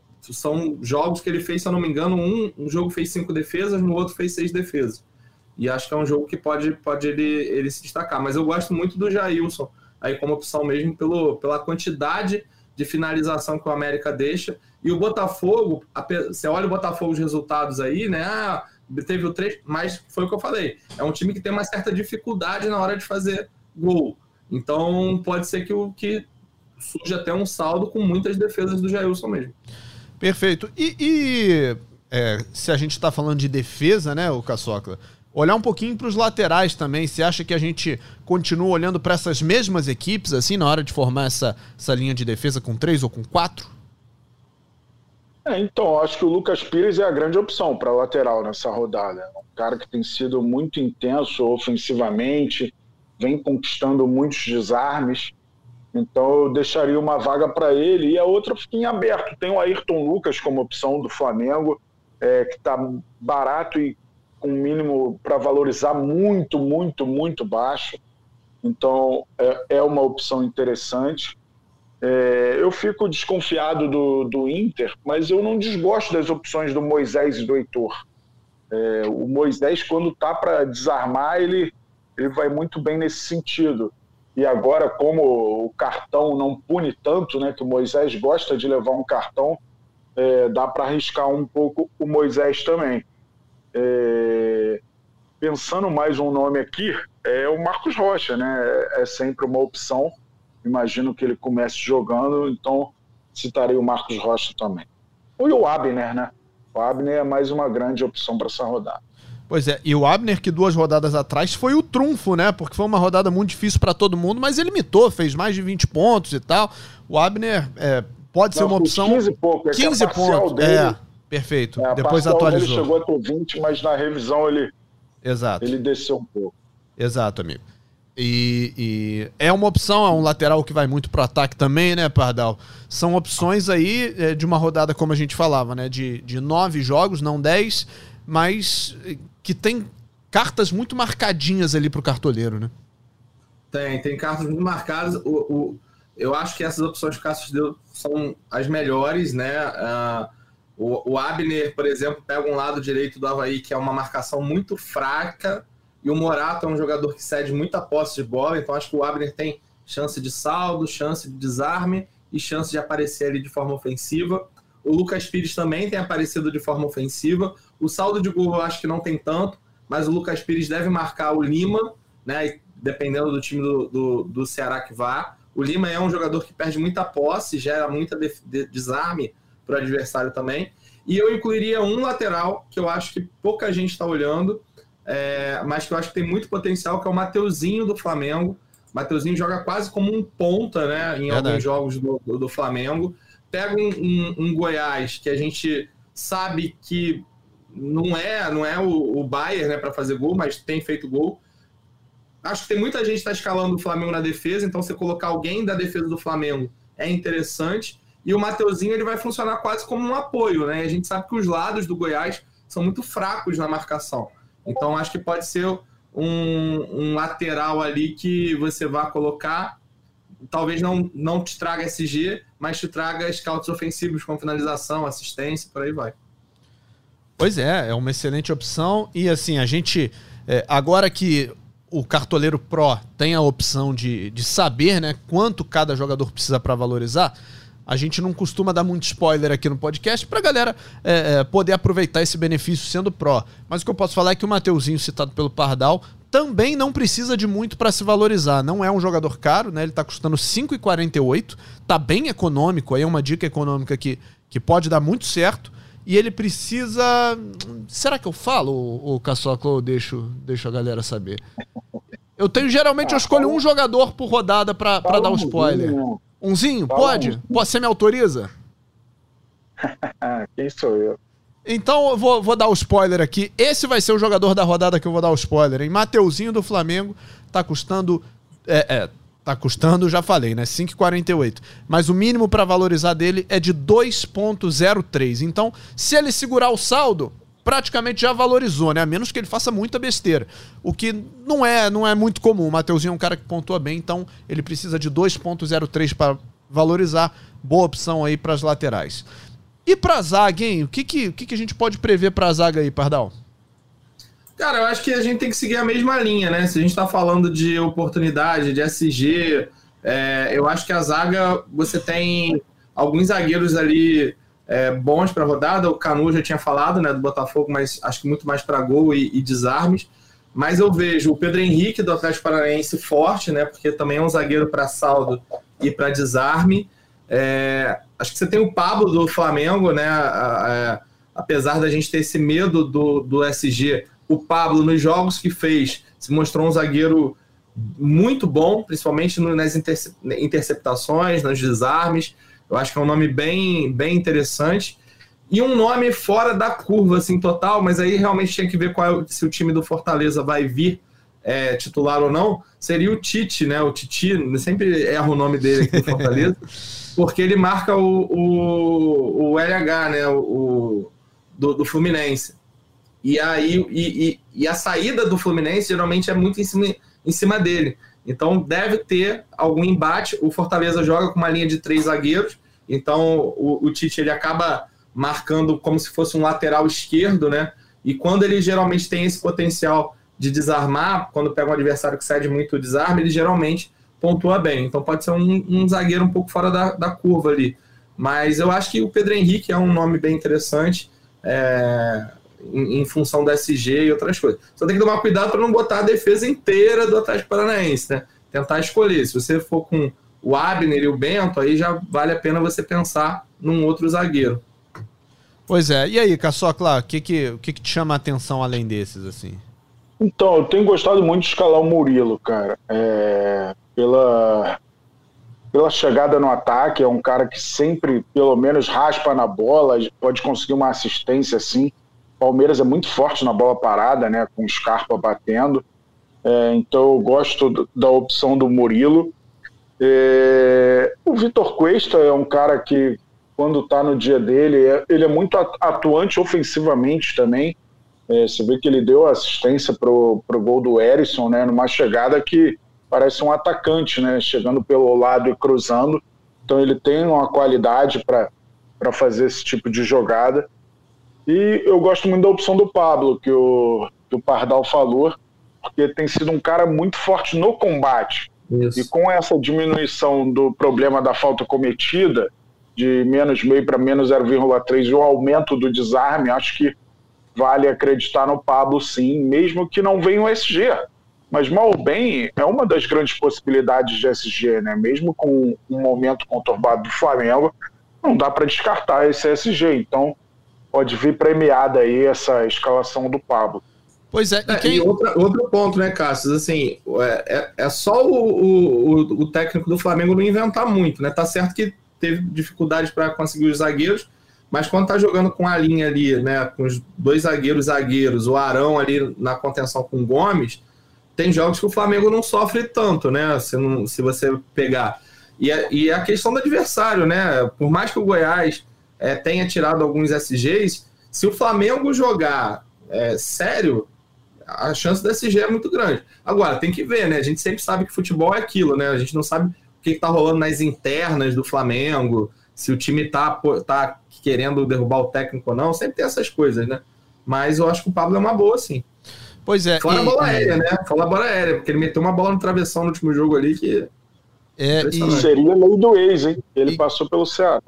são jogos que ele fez, se eu não me engano, um, um jogo fez cinco defesas, no outro fez seis defesas. E acho que é um jogo que pode, pode ele, ele se destacar. Mas eu gosto muito do Jailson, aí como opção mesmo, pelo, pela quantidade de finalização que o América deixa. E o Botafogo, você olha o Botafogo, os resultados aí, né? Ah, teve o três, mas foi o que eu falei. É um time que tem uma certa dificuldade na hora de fazer gol. Então pode ser que, o, que surja até um saldo com muitas defesas do Jailson mesmo. Perfeito. E, e é, se a gente está falando de defesa, né, o Caçocla, olhar um pouquinho para os laterais também. Você acha que a gente continua olhando para essas mesmas equipes, assim, na hora de formar essa, essa linha de defesa com três ou com quatro? É, então, acho que o Lucas Pires é a grande opção para lateral nessa rodada. É um cara que tem sido muito intenso ofensivamente, vem conquistando muitos desarmes. Então eu deixaria uma vaga para ele e a outra fica em aberto. Tem o Ayrton Lucas como opção do Flamengo, é, que está barato e com mínimo para valorizar muito, muito, muito baixo. Então é, é uma opção interessante. É, eu fico desconfiado do, do Inter, mas eu não desgosto das opções do Moisés e do Heitor. É, o Moisés, quando tá para desarmar, ele, ele vai muito bem nesse sentido. E agora, como o cartão não pune tanto, né, que o Moisés gosta de levar um cartão, é, dá para arriscar um pouco o Moisés também. É, pensando mais um nome aqui, é o Marcos Rocha, né? É sempre uma opção. Imagino que ele comece jogando, então citaria o Marcos Rocha também. E o Abner, né? O Abner é mais uma grande opção para essa rodada. Pois é, e o Abner, que duas rodadas atrás foi o trunfo, né? Porque foi uma rodada muito difícil para todo mundo, mas ele mitou, fez mais de vinte pontos e tal. O Abner é, pode Não, ser uma opção... quinze e pouco. É quinze pontos, dele, é, perfeito. É, Depois atualizou. atualizou. Ele chegou a ter vinte, mas na revisão ele, Exato. ele desceu um pouco. Exato, amigo. E, e é uma opção, é um lateral que vai muito pro ataque também, né, Pardal? São opções aí é, de uma rodada, como a gente falava, né, de, de nove jogos, não dez, mas que tem cartas muito marcadinhas ali pro cartoleiro, né? Tem, tem cartas muito marcadas. O, o, eu acho que essas opções que o Cássio deu são as melhores, né? Uh, o, o Abner, por exemplo, pega um lado direito do Avaí, que é uma marcação muito fraca, e o Morato é um jogador que cede muita posse de bola, então acho que o Abner tem chance de saldo, chance de desarme e chance de aparecer ali de forma ofensiva. O Lucas Pires também tem aparecido de forma ofensiva. O saldo de gol eu acho que não tem tanto, mas o Lucas Pires deve marcar o Lima, né? Dependendo do time do, do, do Ceará que vá. O Lima é um jogador que perde muita posse, gera muita de, de, desarme para o adversário também. E eu incluiria um lateral que eu acho que pouca gente está olhando, é, mas que eu acho que tem muito potencial, que é o Mateuzinho do Flamengo. O Mateuzinho joga quase como um ponta, né, em Verdade. alguns jogos do, do, do Flamengo. Pega um, um, um Goiás que a gente sabe que não é, não é o, o Bayern, né, para fazer gol, mas tem feito gol. Acho que tem muita gente que está escalando o Flamengo na defesa, então você colocar alguém da defesa do Flamengo é interessante. E o Mateuzinho ele vai funcionar quase como um apoio, né? A gente sabe que os lados do Goiás são muito fracos na marcação. Então acho que pode ser um, um lateral ali que você vai colocar, talvez não, não te traga S G, mas te traga scouts ofensivos com finalização, assistência, por aí vai. Pois é, é uma excelente opção. E assim, a gente, é, agora que o Cartoleiro Pro tem a opção de, de saber, né, quanto cada jogador precisa para valorizar, a gente não costuma dar muito spoiler aqui no podcast pra galera é, é, poder aproveitar esse benefício sendo Pro. Mas o que eu posso falar é que o Mateuzinho, citado pelo Pardal, também não precisa de muito para se valorizar. Não é um jogador caro, né? Ele tá custando cinco reais e quarenta e oito centavos, tá bem econômico, aí é uma dica econômica que, que pode dar muito certo. E ele precisa... Será que eu falo, o Caçoca, ou eu deixo, deixo a galera saber? Eu tenho, geralmente, eu escolho um jogador por rodada pra, pra dar um spoiler. Umzinho? Pode? Você me autoriza? Quem sou eu? Então eu vou, vou dar o spoiler aqui. Esse vai ser o jogador da rodada que eu vou dar o spoiler, hein? Mateuzinho do Flamengo tá custando... É, é, tá custando, já falei, né? cinco reais e quarenta e oito centavos. Mas o mínimo para valorizar dele é de dois reais e zero três. Então, se ele segurar o saldo, praticamente já valorizou, né? A menos que ele faça muita besteira. O que não é, não é muito comum. O Mateuzinho é um cara que pontua bem, então ele precisa de dois reais e zero três para valorizar. Boa opção aí para as laterais. E para a zaga, hein? O que, que, o que, que a gente pode prever para a zaga aí, Pardal? Cara, eu acho que a gente tem que seguir a mesma linha, né? Se a gente está falando de oportunidade, de S G, é, eu acho que a zaga, você tem alguns zagueiros ali é, bons para a rodada. O Canu já tinha falado, né, do Botafogo, mas acho que muito mais para gol e, e desarmes. Mas eu vejo o Pedro Henrique do Atlético Paranaense forte, né? Porque também é um zagueiro para saldo e para desarme. É, acho que você tem o Pablo do Flamengo, né? A, a, apesar da gente ter esse medo do, do S G, o Pablo, nos jogos que fez, se mostrou um zagueiro muito bom, principalmente no, nas interce, interceptações, nos desarmes. Eu acho que é um nome bem, bem interessante. E um nome fora da curva, assim, total, mas aí realmente tinha que ver qual, se o time do Fortaleza vai vir é, titular ou não, seria o Tite, né? O Titi, eu sempre erro o nome dele aqui do Fortaleza, porque ele marca o, o, o L H, né? O, o, do, do Fluminense. E aí e, e, e a saída do Fluminense geralmente é muito em cima, em cima dele. Então deve ter algum embate. O Fortaleza joga com uma linha de três zagueiros, então o, o Tite ele acaba marcando como se fosse um lateral esquerdo, né? E quando ele geralmente tem esse potencial de desarmar, quando pega um adversário que cede muito o desarme, ele geralmente pontua bem. Então pode ser um, um zagueiro um pouco fora da, da curva ali. Mas eu acho que o Pedro Henrique é um nome bem interessante, é, em, em função da S G e outras coisas. Só tem que tomar cuidado para não botar a defesa inteira do Atlético Paranaense, né? Tentar escolher. Se você for com o Abner e o Bento, aí já vale a pena você pensar num outro zagueiro. Pois é. E aí, Caçocla, o que, que, que, que te chama a atenção além desses, assim? Então, eu tenho gostado muito de escalar o Murilo, cara. É, pela, pela chegada no ataque, é um cara que sempre, pelo menos, raspa na bola, pode conseguir uma assistência assim. O Palmeiras é muito forte na bola parada, né, com o Scarpa batendo. É, então, eu gosto da opção do Murilo. É, o Vitor Cuesta é um cara que, quando está no dia dele, é, ele é muito atuante ofensivamente também. É, você vê que ele deu assistência para o gol do Erisson, né, numa chegada que parece um atacante, né, chegando pelo lado e cruzando. Então ele tem uma qualidade para fazer esse tipo de jogada. E eu gosto muito da opção do Pablo, que o, que o Pardal falou, porque tem sido um cara muito forte no combate. Isso. E com essa diminuição do problema da falta cometida, de menos meio para menos zero vírgula três, e o aumento do desarme, acho que vale acreditar no Pablo, sim, mesmo que não venha o S G. Mas, mal ou bem, é uma das grandes possibilidades de S G, né? Mesmo com um momento conturbado do Flamengo, não dá para descartar esse S G. Então, pode vir premiada aí essa escalação do Pablo. Pois é. E, quem... é, e outra, outro ponto, né, Cássio? Assim, é, é só o, o, o técnico do Flamengo não inventar muito, né? Tá certo que teve dificuldades para conseguir os zagueiros, mas quando tá jogando com a linha ali, né, com os dois zagueiros zagueiros, o Arão ali na contenção com o Gomes, tem jogos que o Flamengo não sofre tanto, né, se, não, se você pegar. E a, e a questão do adversário, né, por mais que o Goiás é, tenha tirado alguns S Gs, se o Flamengo jogar é, sério, a chance do S G é muito grande. Agora, tem que ver, né, a gente sempre sabe que futebol é aquilo, né, a gente não sabe o que está rolando nas internas do Flamengo, se o time tá, tá querendo derrubar o técnico ou não, sempre tem essas coisas, né? Mas eu acho que o Pablo é uma boa, sim. Pois é. Fora e, a bola e... aérea, né? Fora a bola aérea, porque ele meteu uma bola no travessão no último jogo ali que... É, e... Seria lei do ex, hein? Ele e... passou pelo Ceará.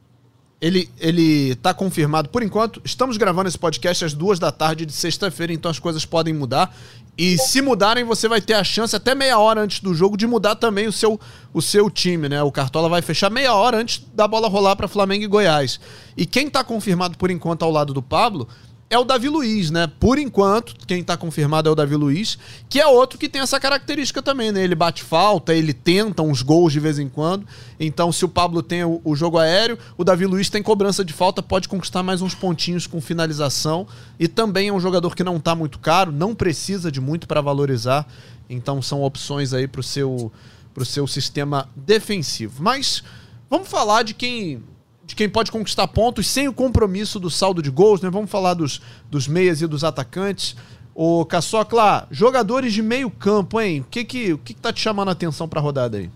Ele, ele tá confirmado, por enquanto, estamos gravando esse podcast às duas da tarde de sexta-feira, então as coisas podem mudar. E se mudarem, você vai ter a chance, até meia hora antes do jogo, de mudar também o seu, o seu time, né? O Cartola vai fechar meia hora antes da bola rolar para Flamengo e Goiás. E quem tá confirmado por enquanto ao lado do Pablo é o Davi Luiz, né? Por enquanto, quem tá confirmado é o Davi Luiz, que é outro que tem essa característica também, né? Ele bate falta, ele tenta uns gols de vez em quando. Então, se o Pablo tem o, o jogo aéreo, o Davi Luiz tem cobrança de falta, pode conquistar mais uns pontinhos com finalização. E também é um jogador que não tá muito caro, não precisa de muito para valorizar. Então, são opções aí pro seu, pro seu sistema defensivo. Mas, vamos falar de quem... de quem pode conquistar pontos sem o compromisso do saldo de gols, né? Vamos falar dos, dos meias e dos atacantes. Ô, Caçocla, jogadores de meio campo, hein? O que que, o que que tá te chamando a atenção pra rodada aí?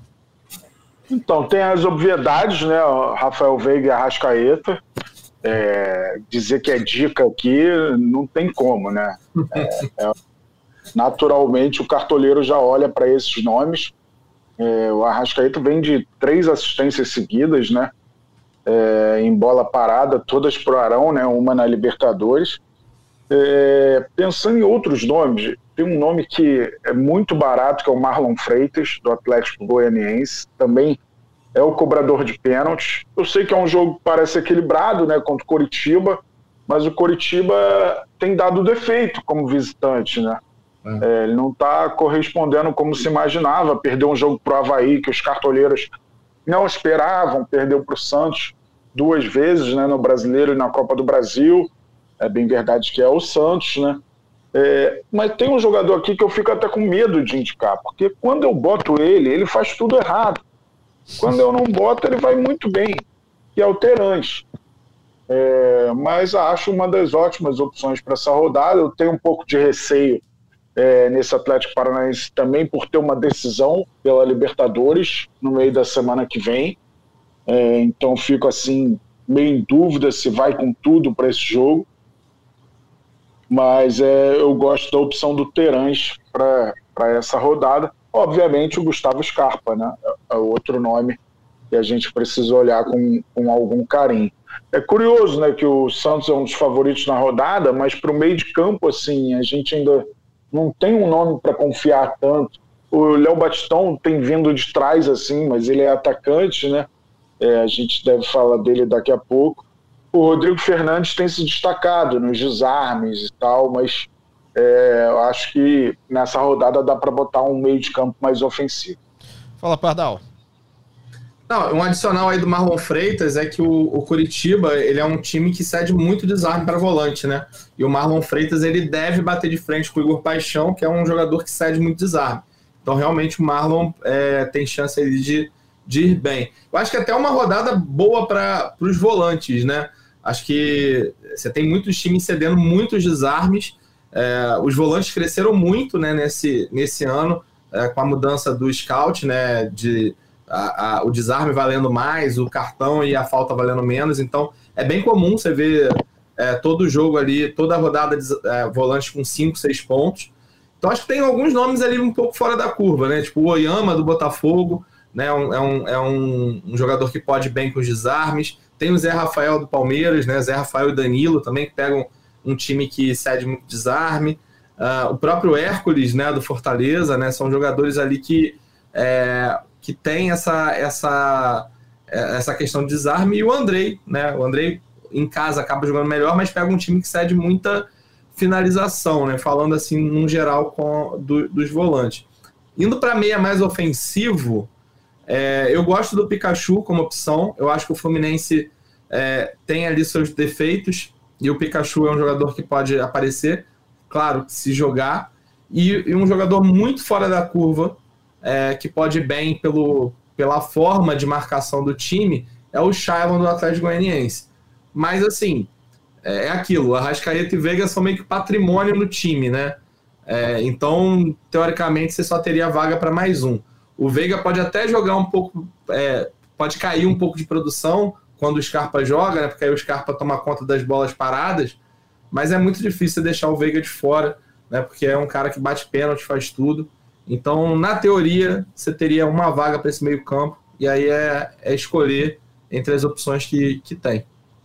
Então, tem as obviedades, né? O Rafael Veiga e Arrascaeta. É, dizer que é dica aqui, não tem como, né? É, é, naturalmente, o cartoleiro já olha para esses nomes. É, o Arrascaeta vem de três assistências seguidas, né? É, em bola parada, todas pro Arão, né, uma na Libertadores. É, pensando em outros nomes, tem um nome que é muito barato, que é o Marlon Freitas, do Atlético Goianiense, também é o cobrador de pênaltis. Eu sei que é um jogo que parece equilibrado, né, contra o Coritiba, mas o Coritiba tem dado defeito como visitante, né? É. É, ele não está correspondendo como se imaginava, perdeu um jogo pro Avaí, que os cartoleiros não esperavam, perdeu para o Santos duas vezes, né, no Brasileiro e na Copa do Brasil. É bem verdade que é o Santos, né? É, mas tem um jogador aqui que eu fico até com medo de indicar, porque quando eu boto ele, ele faz tudo errado. Quando eu não boto, ele vai muito bem, que é o Terãs. É, mas acho uma das ótimas opções para essa rodada. Eu tenho um pouco de receio é, nesse Atlético Paranaense também por ter uma decisão pela Libertadores no meio da semana que vem. É, então fico assim meio em dúvida se vai com tudo para esse jogo. Mas é, eu gosto da opção do Terãs para essa rodada. Obviamente o Gustavo Scarpa, né? É outro nome que a gente precisa olhar com, com algum carinho. É curioso, né, que o Santos é um dos favoritos na rodada, mas para o meio de campo, assim, a gente ainda não tem um nome para confiar tanto. O Léo Batistão tem vindo de trás, assim, mas ele é atacante, né? É, a gente deve falar dele daqui a pouco. O Rodrigo Fernandes tem se destacado nos desarmes e tal, mas é, eu acho que nessa rodada dá para botar um meio de campo mais ofensivo. Fala, Pardal. Não, um adicional aí do Marlon Freitas é que o, o Coritiba, ele é um time que cede muito desarme para volante, né? E o Marlon Freitas, ele deve bater de frente com o Igor Paixão, que é um jogador que cede muito desarme. Então, realmente, o Marlon é, tem chance aí de, de ir bem. Eu acho que até uma rodada boa para os volantes, né? Acho que você tem muitos times cedendo muitos desarmes. É, os volantes cresceram muito, né, nesse, nesse ano, é, com a mudança do scout, né, de... A, a, o desarme valendo mais, o cartão e a falta valendo menos, então é bem comum você ver é, todo o jogo ali, toda a rodada de é, volantes com cinco, seis pontos. Então acho que tem alguns nomes ali um pouco fora da curva, né? Tipo o Oyama do Botafogo, né? Um, é, um, é um, um jogador que pode bem com os desarmes. Tem o Zé Rafael do Palmeiras, né? Zé Rafael e Danilo também, que pegam um time que cede muito desarme. Uh, o próprio Hércules, né, do Fortaleza, né? São jogadores ali que é, que tem essa, essa, essa questão de desarme, e o Andrei, né? O Andrei em casa acaba jogando melhor, mas pega um time que cede muita finalização, né? Falando assim, num geral, com, do, dos volantes. Indo para meia mais ofensivo, é, eu gosto do Pikachu como opção. Eu acho que o Fluminense é, tem ali seus defeitos, e o Pikachu é um jogador que pode aparecer, claro, se jogar, e, e um jogador muito fora da curva, É, que pode ir bem pelo, pela forma de marcação do time, é o Shailon do Atlético Goianiense. Mas, assim, é, é aquilo, Arrascaeta e Veiga são meio que patrimônio no time, né? É, então, teoricamente, você só teria vaga para mais um. O Veiga pode até jogar um pouco, é, pode cair um pouco de produção quando o Scarpa joga, né? Porque aí o Scarpa toma conta das bolas paradas, mas é muito difícil deixar o Veiga de fora, né? Porque é um cara que bate pênalti, faz tudo. Então, na teoria, você teria uma vaga para esse meio campo, e aí é, é escolher entre as opções que, que tem.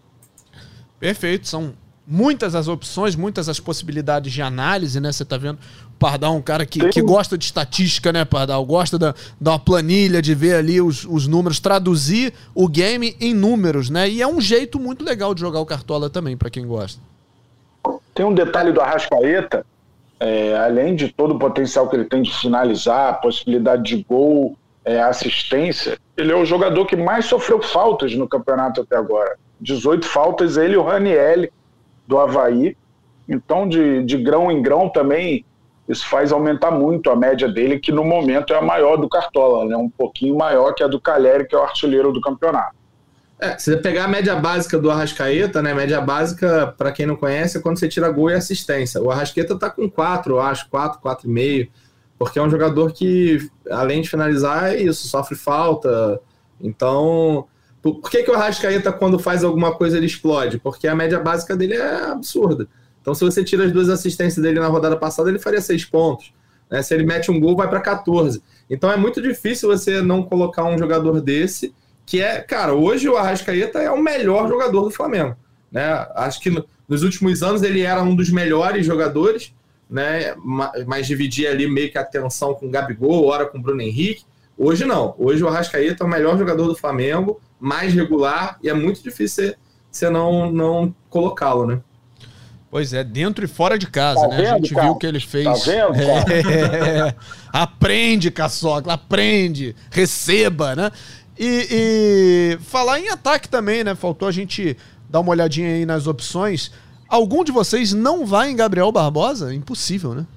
Perfeito, são muitas as opções, muitas as possibilidades de análise, né? Você tá vendo o Pardal, um cara que, que gosta de estatística, né, Pardal? Gosta da, da uma planilha, de ver ali os, os números, traduzir o game em números, né? E é um jeito muito legal de jogar o Cartola também, para quem gosta. Tem um detalhe do Arrascaeta. É, além de todo o potencial que ele tem de finalizar, possibilidade de gol, é, assistência, ele é o jogador que mais sofreu faltas no campeonato até agora. dezoito faltas, ele e o Ranieri do Avaí. Então, de, de grão em grão também, isso faz aumentar muito a média dele, que no momento é a maior do Cartola, né? Um pouquinho maior que a do Calheri, que é o artilheiro do campeonato. É, se você pegar a média básica do Arrascaeta, né? Média básica, para quem não conhece, é quando você tira gol e assistência. O Arrascaeta tá com quatro, eu acho, quatro, quatro e meio, porque é um jogador que, além de finalizar, é isso, sofre falta. Então, por que, que o Arrascaeta, quando faz alguma coisa, ele explode? Porque a média básica dele é absurda. Então, se você tira as duas assistências dele na rodada passada, ele faria seis pontos. Né? Se ele mete um gol, vai para quatorze. Então, é muito difícil você não colocar um jogador desse, que é, cara, hoje o Arrascaeta é o melhor jogador do Flamengo, né? Acho que no, nos últimos anos ele era um dos melhores jogadores, né? Mas dividia ali meio que a atenção com o Gabigol, hora com o Bruno Henrique. Hoje não, hoje o Arrascaeta é o melhor jogador do Flamengo, mais regular, e é muito difícil você, você não, não colocá-lo, né? Pois é, dentro e fora de casa, tá né? Vendo, a gente cara? viu o que ele fez. Tá vendo, cara? É, aprende, Caçocla, aprende, receba, né? E, e falar em ataque também, né? Faltou a gente dar uma olhadinha aí nas opções. Algum de vocês não vai em Gabriel Barbosa? Impossível, né?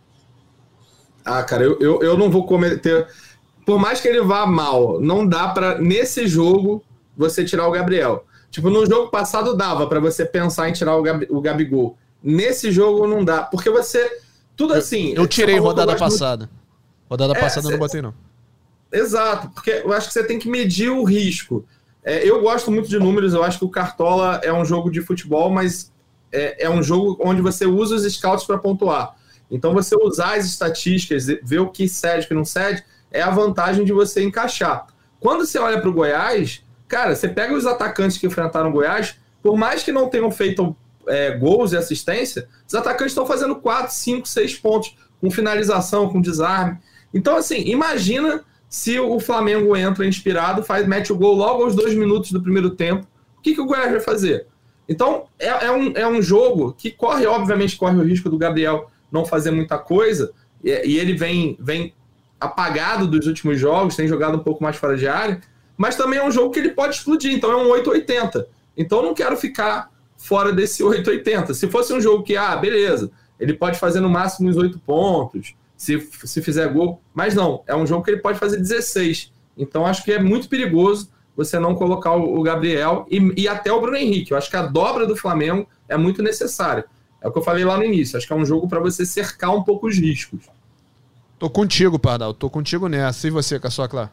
Ah, cara, eu, eu, eu não vou cometer... Por mais que ele vá mal, não dá pra, nesse jogo, você tirar o Gabriel. Tipo, no jogo passado dava pra você pensar em tirar o, Gab, o Gabigol. Nesse jogo não dá, porque você tudo assim... Eu, eu tirei rodada passada. Muito... Rodada é, passada cê, eu não botei, não. Exato, porque eu acho que você tem que medir o risco. É, eu gosto muito de números, eu acho que o Cartola é um jogo de futebol, mas é, é um jogo onde você usa os scouts para pontuar. Então, você usar as estatísticas, ver o que cede, o que não cede, é a vantagem de você encaixar. Quando você olha para o Goiás, cara, você pega os atacantes que enfrentaram o Goiás, por mais que não tenham feito é, gols e assistência, os atacantes estão fazendo quatro, cinco, seis pontos, com finalização, com desarme. Então, assim, imagina se o Flamengo entra inspirado, faz, mete o gol logo aos dois minutos do primeiro tempo, o que, que o Goiás vai fazer? Então, é, é, um, é um jogo que corre, obviamente, corre o risco do Gabriel não fazer muita coisa, e, e ele vem, vem apagado dos últimos jogos, tem jogado um pouco mais fora de área, mas também é um jogo que ele pode explodir, então é um oito oitenta. Então, eu não quero ficar fora desse oito oitenta. Se fosse um jogo que, ah, beleza, ele pode fazer no máximo uns oito pontos, se, se fizer gol, mas não, é um jogo que ele pode fazer dezesseis. Então, acho que é muito perigoso você não colocar o, o Gabriel e, e até o Bruno Henrique. Eu acho que a dobra do Flamengo é muito necessária. É o que eu falei lá no início, acho que é um jogo para você cercar um pouco os riscos. Tô contigo, Pardal, tô contigo nessa. E você, Caçocla?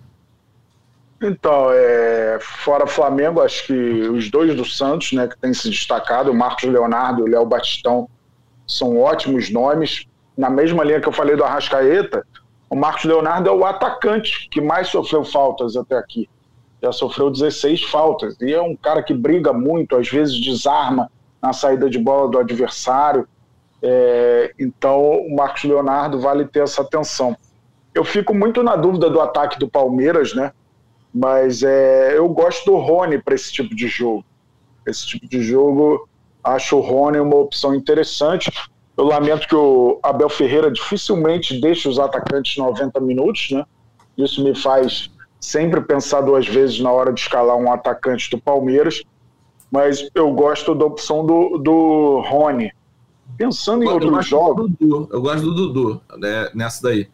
Então, é, fora Flamengo, acho que os dois do Santos, né, que tem se destacado, o Marcos Leonardo e o Léo Batistão, são ótimos nomes. Na mesma linha que eu falei do Arrascaeta, o Marcos Leonardo é o atacante que mais sofreu faltas até aqui. Já sofreu dezesseis faltas. E é um cara que briga muito, às vezes desarma na saída de bola do adversário. É, então, o Marcos Leonardo vale ter essa atenção. Eu fico muito na dúvida do ataque do Palmeiras, né? Mas é, eu gosto do Rony para esse tipo de jogo. Esse tipo de jogo, acho o Rony uma opção interessante. Eu lamento que o Abel Ferreira dificilmente deixa os atacantes noventa minutos, né? Isso me faz sempre pensar duas vezes na hora de escalar um atacante do Palmeiras, mas eu gosto da opção do, do Rony. Pensando em eu outros jogos... Dudu, eu gosto do Dudu, né, nessa daí.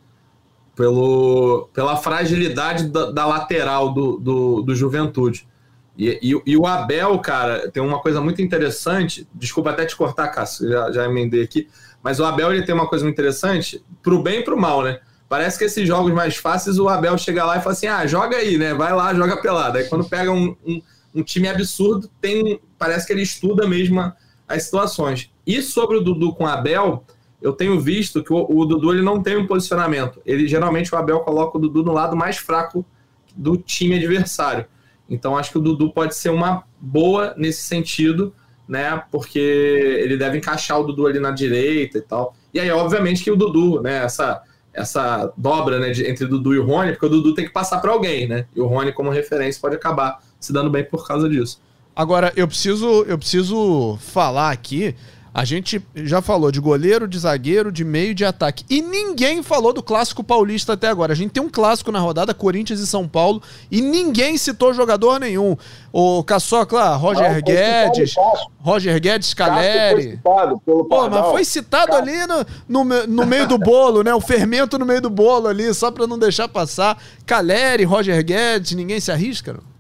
Pelo, pela fragilidade da, da lateral do, do, do Juventude. E, e, e o Abel, cara, tem uma coisa muito interessante, desculpa até te cortar, Cássio, já, já emendei aqui, mas o Abel ele tem uma coisa muito interessante, pro bem e pro mal, né? Parece que esses jogos mais fáceis, o Abel chega lá e fala assim, ah, joga aí, né? Vai lá, joga pelada. Aí quando pega um, um, um time absurdo, tem, parece que ele estuda mesmo a, as situações. E sobre o Dudu com o Abel... eu tenho visto que o, o Dudu ele não tem um posicionamento. Ele geralmente o Abel coloca o Dudu no lado mais fraco do time adversário. Então acho que o Dudu pode ser uma boa nesse sentido, né? Porque ele deve encaixar o Dudu ali na direita e tal. E aí, obviamente, que o Dudu, né? Essa, essa dobra, né, de, entre o Dudu e o Rony, porque o Dudu tem que passar para alguém, né? E o Rony, como referência, pode acabar se dando bem por causa disso. Agora, eu preciso, eu preciso falar aqui. A gente já falou de goleiro, de zagueiro, de meio e de ataque. E ninguém falou do clássico paulista até agora. A gente tem um clássico na rodada, Corinthians e São Paulo, e ninguém citou jogador nenhum. O Caçocla, Roger ah, Guedes, Roger Guedes, Caleri. Pô, mas foi citado Cássio. ali no, no, no meio do bolo, né? O fermento no meio do bolo ali, só pra não deixar passar. Caleri, Roger Guedes, ninguém se arrisca, não?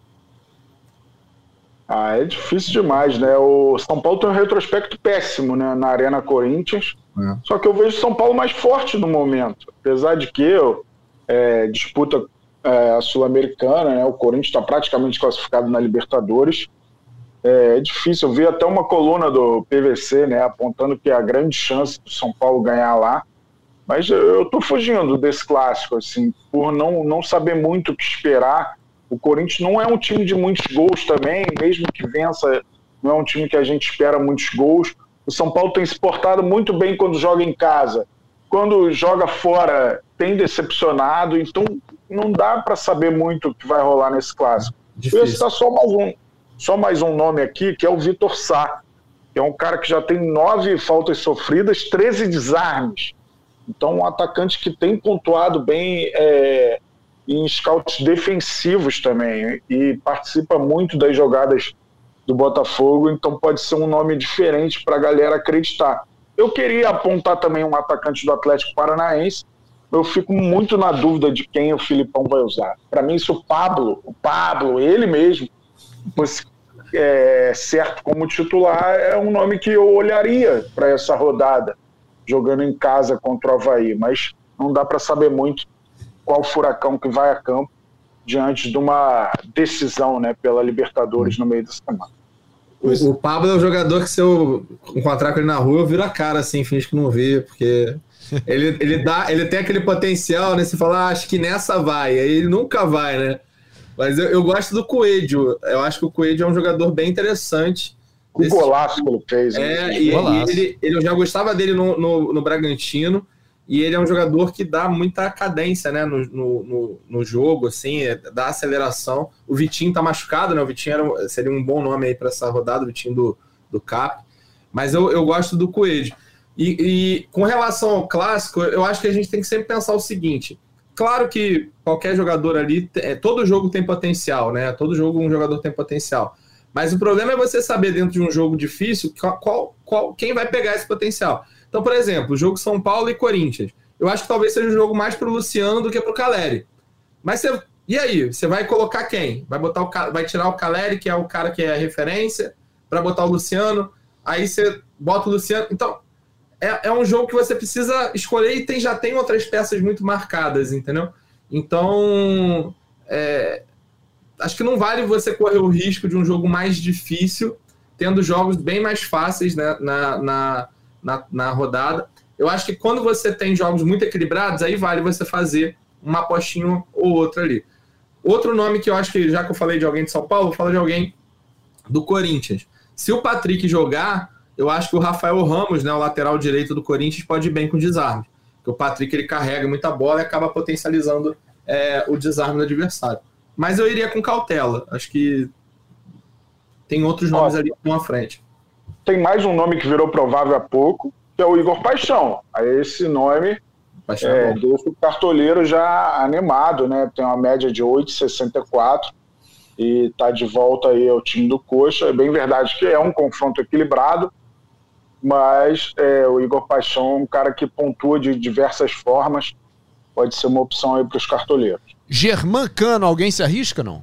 Ah, é difícil demais, né? O São Paulo tem um retrospecto péssimo, né, na Arena Corinthians. É. Só que eu vejo o São Paulo mais forte no momento. Apesar de que é, disputa é, a Sul-Americana, né? O Corinthians está praticamente classificado na Libertadores. É, é difícil. Eu vi até uma coluna do P V C, né, apontando que é a grande chance do São Paulo ganhar lá. Mas eu estou fugindo desse clássico, assim, por não, não saber muito o que esperar. O Corinthians não é um time de muitos gols também, mesmo que vença, não é um time que a gente espera muitos gols. O São Paulo tem se portado muito bem quando joga em casa. Quando joga fora, tem decepcionado, então não dá para saber muito o que vai rolar nesse clássico. Eu ia citar só mais um, só mais um nome aqui, que é o Vitor Sá, que é um cara que já tem nove faltas sofridas, treze desarmes. Então, um atacante que tem pontuado bem... É, em scouts defensivos também, e participa muito das jogadas do Botafogo, então pode ser um nome diferente para a galera acreditar. Eu queria apontar também um atacante do Atlético Paranaense, eu fico muito na dúvida de quem o Filipão vai usar. Para mim, se o Pablo, o Pablo, ele mesmo, fosse é, certo como titular, é um nome que eu olharia para essa rodada, jogando em casa contra o Avaí, mas não dá para saber muito qual Furacão que vai a campo diante de uma decisão, né, pela Libertadores no meio da semana. O, o Pablo é o jogador que se eu encontrar com ele na rua, eu viro a cara assim, finge que não vi, porque ele, ele, dá, ele tem aquele potencial, né? Você fala, ah, acho que nessa vai, aí ele nunca vai, né? Mas eu, eu gosto do Coelho, eu acho que o Coelho é um jogador bem interessante. O Esse golaço tipo. que ele fez. É, né? e, e ele, ele, eu já gostava dele no, no, no Bragantino, e ele é um jogador que dá muita cadência, né, no, no, no jogo, assim, dá aceleração. O Vitinho tá machucado, né? O Vitinho era, seria um bom nome aí para essa rodada, o Vitinho do, do Cap. Mas eu, eu gosto do Coelho. E, e com relação ao clássico, eu acho que a gente tem que sempre pensar o seguinte: claro que qualquer jogador ali, todo jogo tem potencial, né? Todo jogo um jogador tem potencial. Mas o problema é você saber, dentro de um jogo difícil, qual, qual, quem vai pegar esse potencial. Então, por exemplo, o jogo São Paulo e Corinthians. Eu acho que talvez seja um jogo mais para o Luciano do que para o Caleri. Mas você, e aí? Você vai colocar quem? Vai, botar o, vai tirar o Caleri, que é o cara que é a referência, para botar o Luciano. Aí você bota o Luciano. Então, é, é um jogo que você precisa escolher e tem, já tem outras peças muito marcadas, entendeu? Então, é, acho que não vale você correr o risco de um jogo mais difícil, tendo jogos bem mais fáceis, né, na... na Na, na rodada. Eu acho que quando você tem jogos muito equilibrados, aí vale você fazer uma apostinha ou outra ali. Outro nome que eu acho que, já que eu falei de alguém de São Paulo, vou falar de alguém do Corinthians. Se o Patrick jogar, eu acho que o Rafael Ramos, né, o lateral direito do Corinthians, pode ir bem com desarme. Porque o Patrick ele carrega muita bola e acaba potencializando é, o desarme do adversário. Mas eu iria com cautela. Acho que tem outros nomes Ó, ali à frente. Tem mais um nome que virou provável há pouco, que é o Igor Paixão. Aí esse nome é, deixa o cartoleiro já animado, né? Tem uma média de oito vírgula sessenta e quatro e está de volta aí ao time do Coxa. É bem verdade que é um confronto equilibrado, mas é, o Igor Paixão é um cara que pontua de diversas formas. Pode ser uma opção aí para os cartoleiros. Germán Cano, alguém se arrisca, não?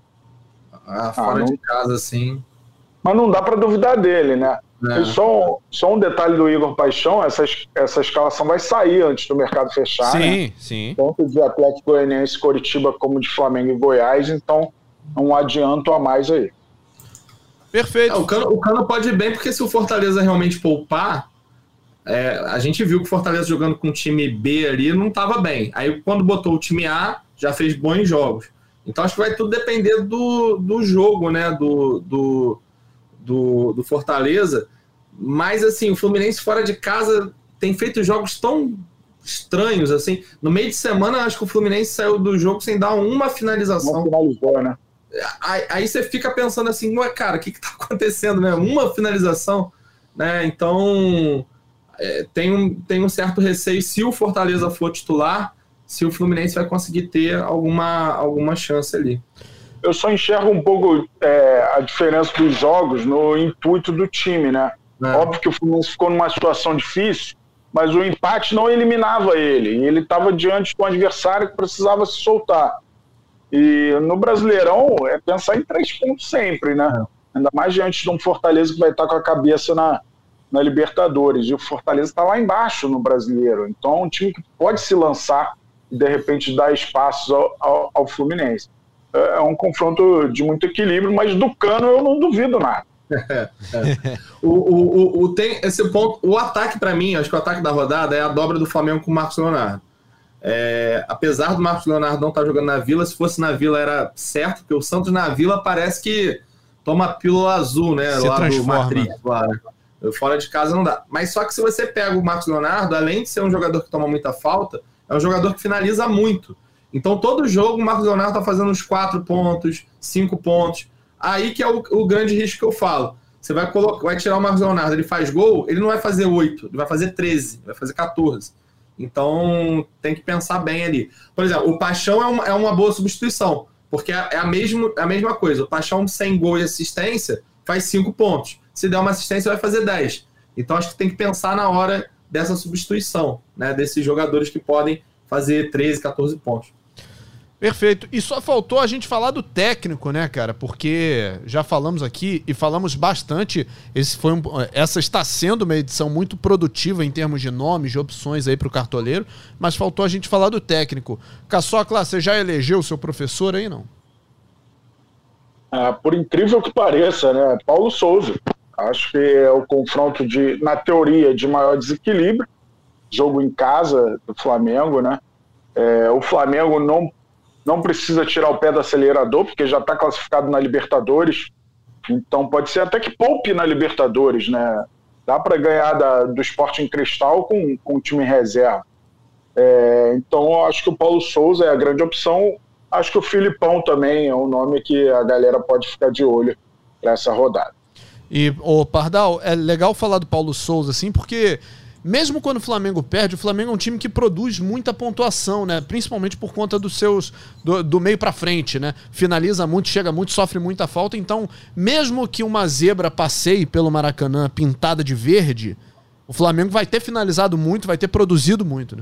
Ah, fora ah, não... de casa, sim. Mas não dá para duvidar dele, né? É. E só, só um detalhe do Igor Paixão, essa, essa escalação vai sair antes do mercado fechar, sim, né? Sim, tanto de Atlético Goianiense, Coritiba, como de Flamengo e Goiás, então um adianto a mais aí. Perfeito. É, o, Cano, o Cano pode ir bem, porque se o Fortaleza realmente poupar, é, a gente viu que o Fortaleza jogando com o time B ali não estava bem. Aí quando botou o time A, já fez bons jogos. Então acho que vai tudo depender do, do jogo, né? Do... do Do, do Fortaleza, mas assim, o Fluminense fora de casa tem feito jogos tão estranhos, assim, no meio de semana acho que o Fluminense saiu do jogo sem dar uma finalização. Não finalizou, né? Aí, aí você fica pensando assim, ué, cara, o que que tá acontecendo, né? Uma finalização, né? Então é, tem, um, tem um certo receio se o Fortaleza for titular, se o Fluminense vai conseguir ter alguma, alguma chance ali. Eu só enxergo um pouco é, a diferença dos jogos no intuito do time, né? É. Óbvio que o Fluminense ficou numa situação difícil, mas o empate não eliminava ele. E ele estava diante de um adversário que precisava se soltar. E no Brasileirão é pensar em três pontos sempre, né? É. Ainda mais diante de um Fortaleza que vai estar com a cabeça na, na Libertadores. E o Fortaleza está lá embaixo no Brasileiro. Então é um time que pode se lançar e de repente dar espaços ao, ao, ao Fluminense. É um confronto de muito equilíbrio, mas do Cano eu não duvido nada. É, é. o, o, o, o, tem esse ponto, o ataque para mim, acho que o ataque da rodada é a dobra do Flamengo com o Marcos Leonardo. É, apesar do Marcos Leonardo não estar jogando na Vila, se fosse na Vila era certo, porque o Santos na Vila parece que toma pílula azul, né? Se lá transforma. do Matrix, lá, né? Fora de casa não dá. Mas só que se você pega o Marcos Leonardo, além de ser um jogador que toma muita falta, é um jogador que finaliza muito. Então, todo jogo, o Marcos Leonardo está fazendo uns quatro pontos, cinco pontos. Aí que é o, o grande risco que eu falo. Você vai, colocar, vai tirar o Marcos Leonardo, ele faz gol, ele não vai fazer oito, ele vai fazer treze, vai fazer quatorze. Então, tem que pensar bem ali. Por exemplo, o Paixão é uma, é uma boa substituição, porque é, é a, mesmo, é a mesma coisa. O Paixão sem gol e assistência faz cinco pontos. Se der uma assistência, vai fazer dez. Então, acho que tem que pensar na hora dessa substituição, né, desses jogadores que podem fazer treze, quatorze pontos. Perfeito. E só faltou a gente falar do técnico, né, cara? Porque já falamos aqui e falamos bastante. Esse foi um, essa está sendo uma edição muito produtiva em termos de nomes, de opções aí pro cartoleiro, mas faltou a gente falar do técnico. Caçocla, você já elegeu o seu professor aí, não? Ah, por incrível que pareça, né? Paulo Souza. Acho que é o confronto, de, na teoria, de maior desequilíbrio. Jogo em casa do Flamengo, né? É, o Flamengo não Não precisa tirar o pé do acelerador, porque já está classificado na Libertadores. Então pode ser até que poupe na Libertadores, né? Dá para ganhar da, do Sporting Cristal com, com o time em reserva. É, então eu acho que o Paulo Souza é a grande opção. Acho que o Filipão também é um nome que a galera pode ficar de olho para essa rodada. E, ô Pardal, é legal falar do Paulo Souza, assim, porque... Mesmo quando o Flamengo perde, o Flamengo é um time que produz muita pontuação, né? Principalmente por conta dos seus do, do meio pra frente, né? Finaliza muito, chega muito, sofre muita falta. Então, mesmo que uma zebra passeie pelo Maracanã pintada de verde, o Flamengo vai ter finalizado muito, vai ter produzido muito, né?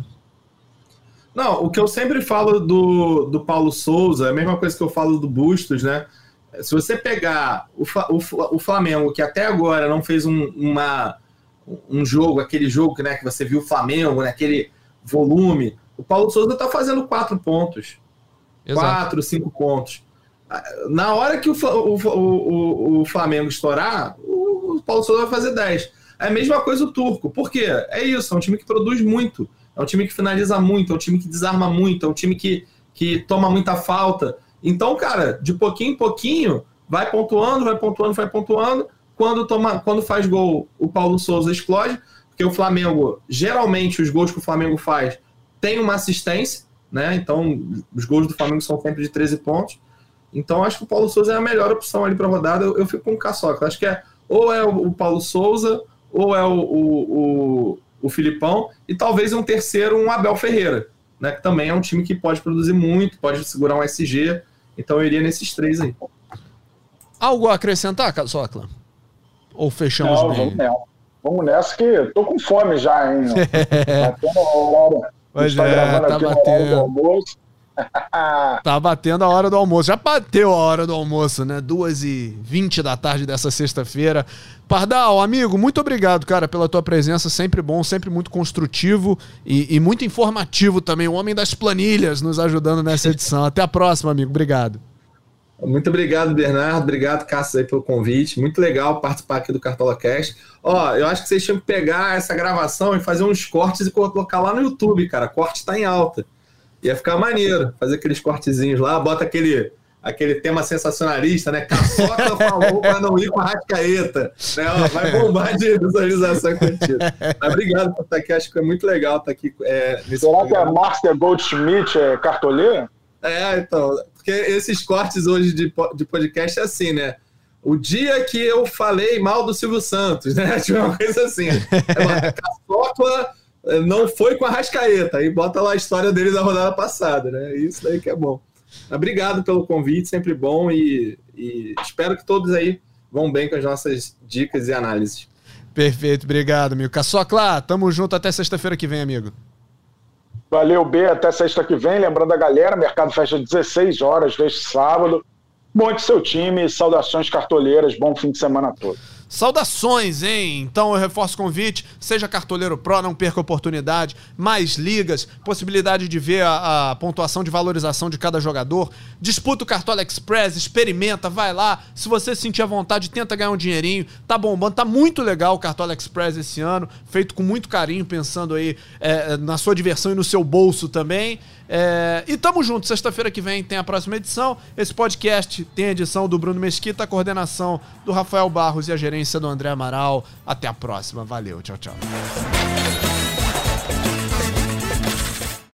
Não, o que eu sempre falo do, do Paulo Souza é a mesma coisa que eu falo do Bustos, né? Se você pegar o, o, o Flamengo, que até agora não fez um, uma... um jogo, aquele jogo, né, que você viu o Flamengo, né, aquele volume, o Paulo Souza tá fazendo quatro pontos. Exato. Quatro, cinco pontos. Na hora que o, o, o, o Flamengo estourar, o Paulo Souza vai fazer dez. É a mesma coisa o Turco. Por quê? É isso, é um time que produz muito, é um time que finaliza muito, é um time que desarma muito, é um time que, que toma muita falta. Então, cara, de pouquinho em pouquinho, vai pontuando, vai pontuando, vai pontuando. Quando, toma, quando faz gol, o Paulo Souza explode, porque o Flamengo, geralmente, os gols que o Flamengo faz tem uma assistência, né? Então, os gols do Flamengo são sempre de treze pontos. Então, acho que o Paulo Souza é a melhor opção ali para a rodada. Eu, eu fico com o Caçoca. Acho que é ou é o, o Paulo Souza, ou é o, o, o, o Filipão, e talvez um terceiro, um Abel Ferreira, né? Que também é um time que pode produzir muito, pode segurar um S G. Então, eu iria nesses três aí. Algo a acrescentar, Caçoca? Ou fechamos Não, bem? Vamos nessa. Vamos nessa que tô com fome já, hein? Batendo a hora. Pois tá é, gravando tá aqui batendo. na hora do almoço. Tá batendo a hora do almoço. Já bateu a hora do almoço, né? duas e vinte da tarde dessa sexta-feira. Pardal, amigo, muito obrigado, cara, pela tua presença. Sempre bom, sempre muito construtivo e, e muito informativo também. O homem das planilhas nos ajudando nessa edição. Até a próxima, amigo. Obrigado. Muito obrigado, Bernardo. Obrigado, Cássio, aí pelo convite. Muito legal participar aqui do Cartola Cast. Ó, eu acho que vocês tinham que pegar essa gravação e fazer uns cortes e colocar lá no YouTube, cara. Corte tá em alta. Ia ficar maneiro. Fazer aqueles cortezinhos lá, bota aquele, aquele tema sensacionalista, né? Caçoca falou pra não ir com a Rascaeta. Né? Ó, vai bombar de visualização contigo. Mas obrigado por estar aqui. Acho que é muito legal estar aqui é, nesse Será programa. que a Márcia Goldschmidt é cartoleira? É, então... Porque esses cortes hoje de, de podcast é assim, né? O dia que eu falei mal do Silvio Santos, né? Tipo uma coisa assim. A Caçoca não foi com a Rascaeta. Aí bota lá a história dele da rodada passada, né? Isso daí que é bom. Obrigado pelo convite, sempre bom. E, e espero que todos aí vão bem com as nossas dicas e análises. Perfeito, obrigado, amigo. Caçocla, tamo junto até sexta-feira que vem, amigo. Valeu, B. Até sexta que vem. Lembrando a galera, mercado fecha dezesseis horas deste sábado. Monte seu time. Saudações cartoleiras. Bom fim de semana todo. Saudações, hein? Então eu reforço o convite, seja Cartoleiro Pro, não perca a oportunidade, mais ligas, possibilidade de ver a, a pontuação de valorização de cada jogador, disputa o Cartola Express, experimenta, vai lá, se você sentir a vontade, tenta ganhar um dinheirinho, tá bombando, tá muito legal o Cartola Express esse ano, feito com muito carinho, pensando aí é, na sua diversão e no seu bolso também. É, e tamo junto, sexta-feira que vem tem a próxima edição. Esse podcast tem a edição do Bruno Mesquita, a coordenação do Rafael Barros e a gerência do André Amaral. Até a próxima, valeu, tchau, tchau.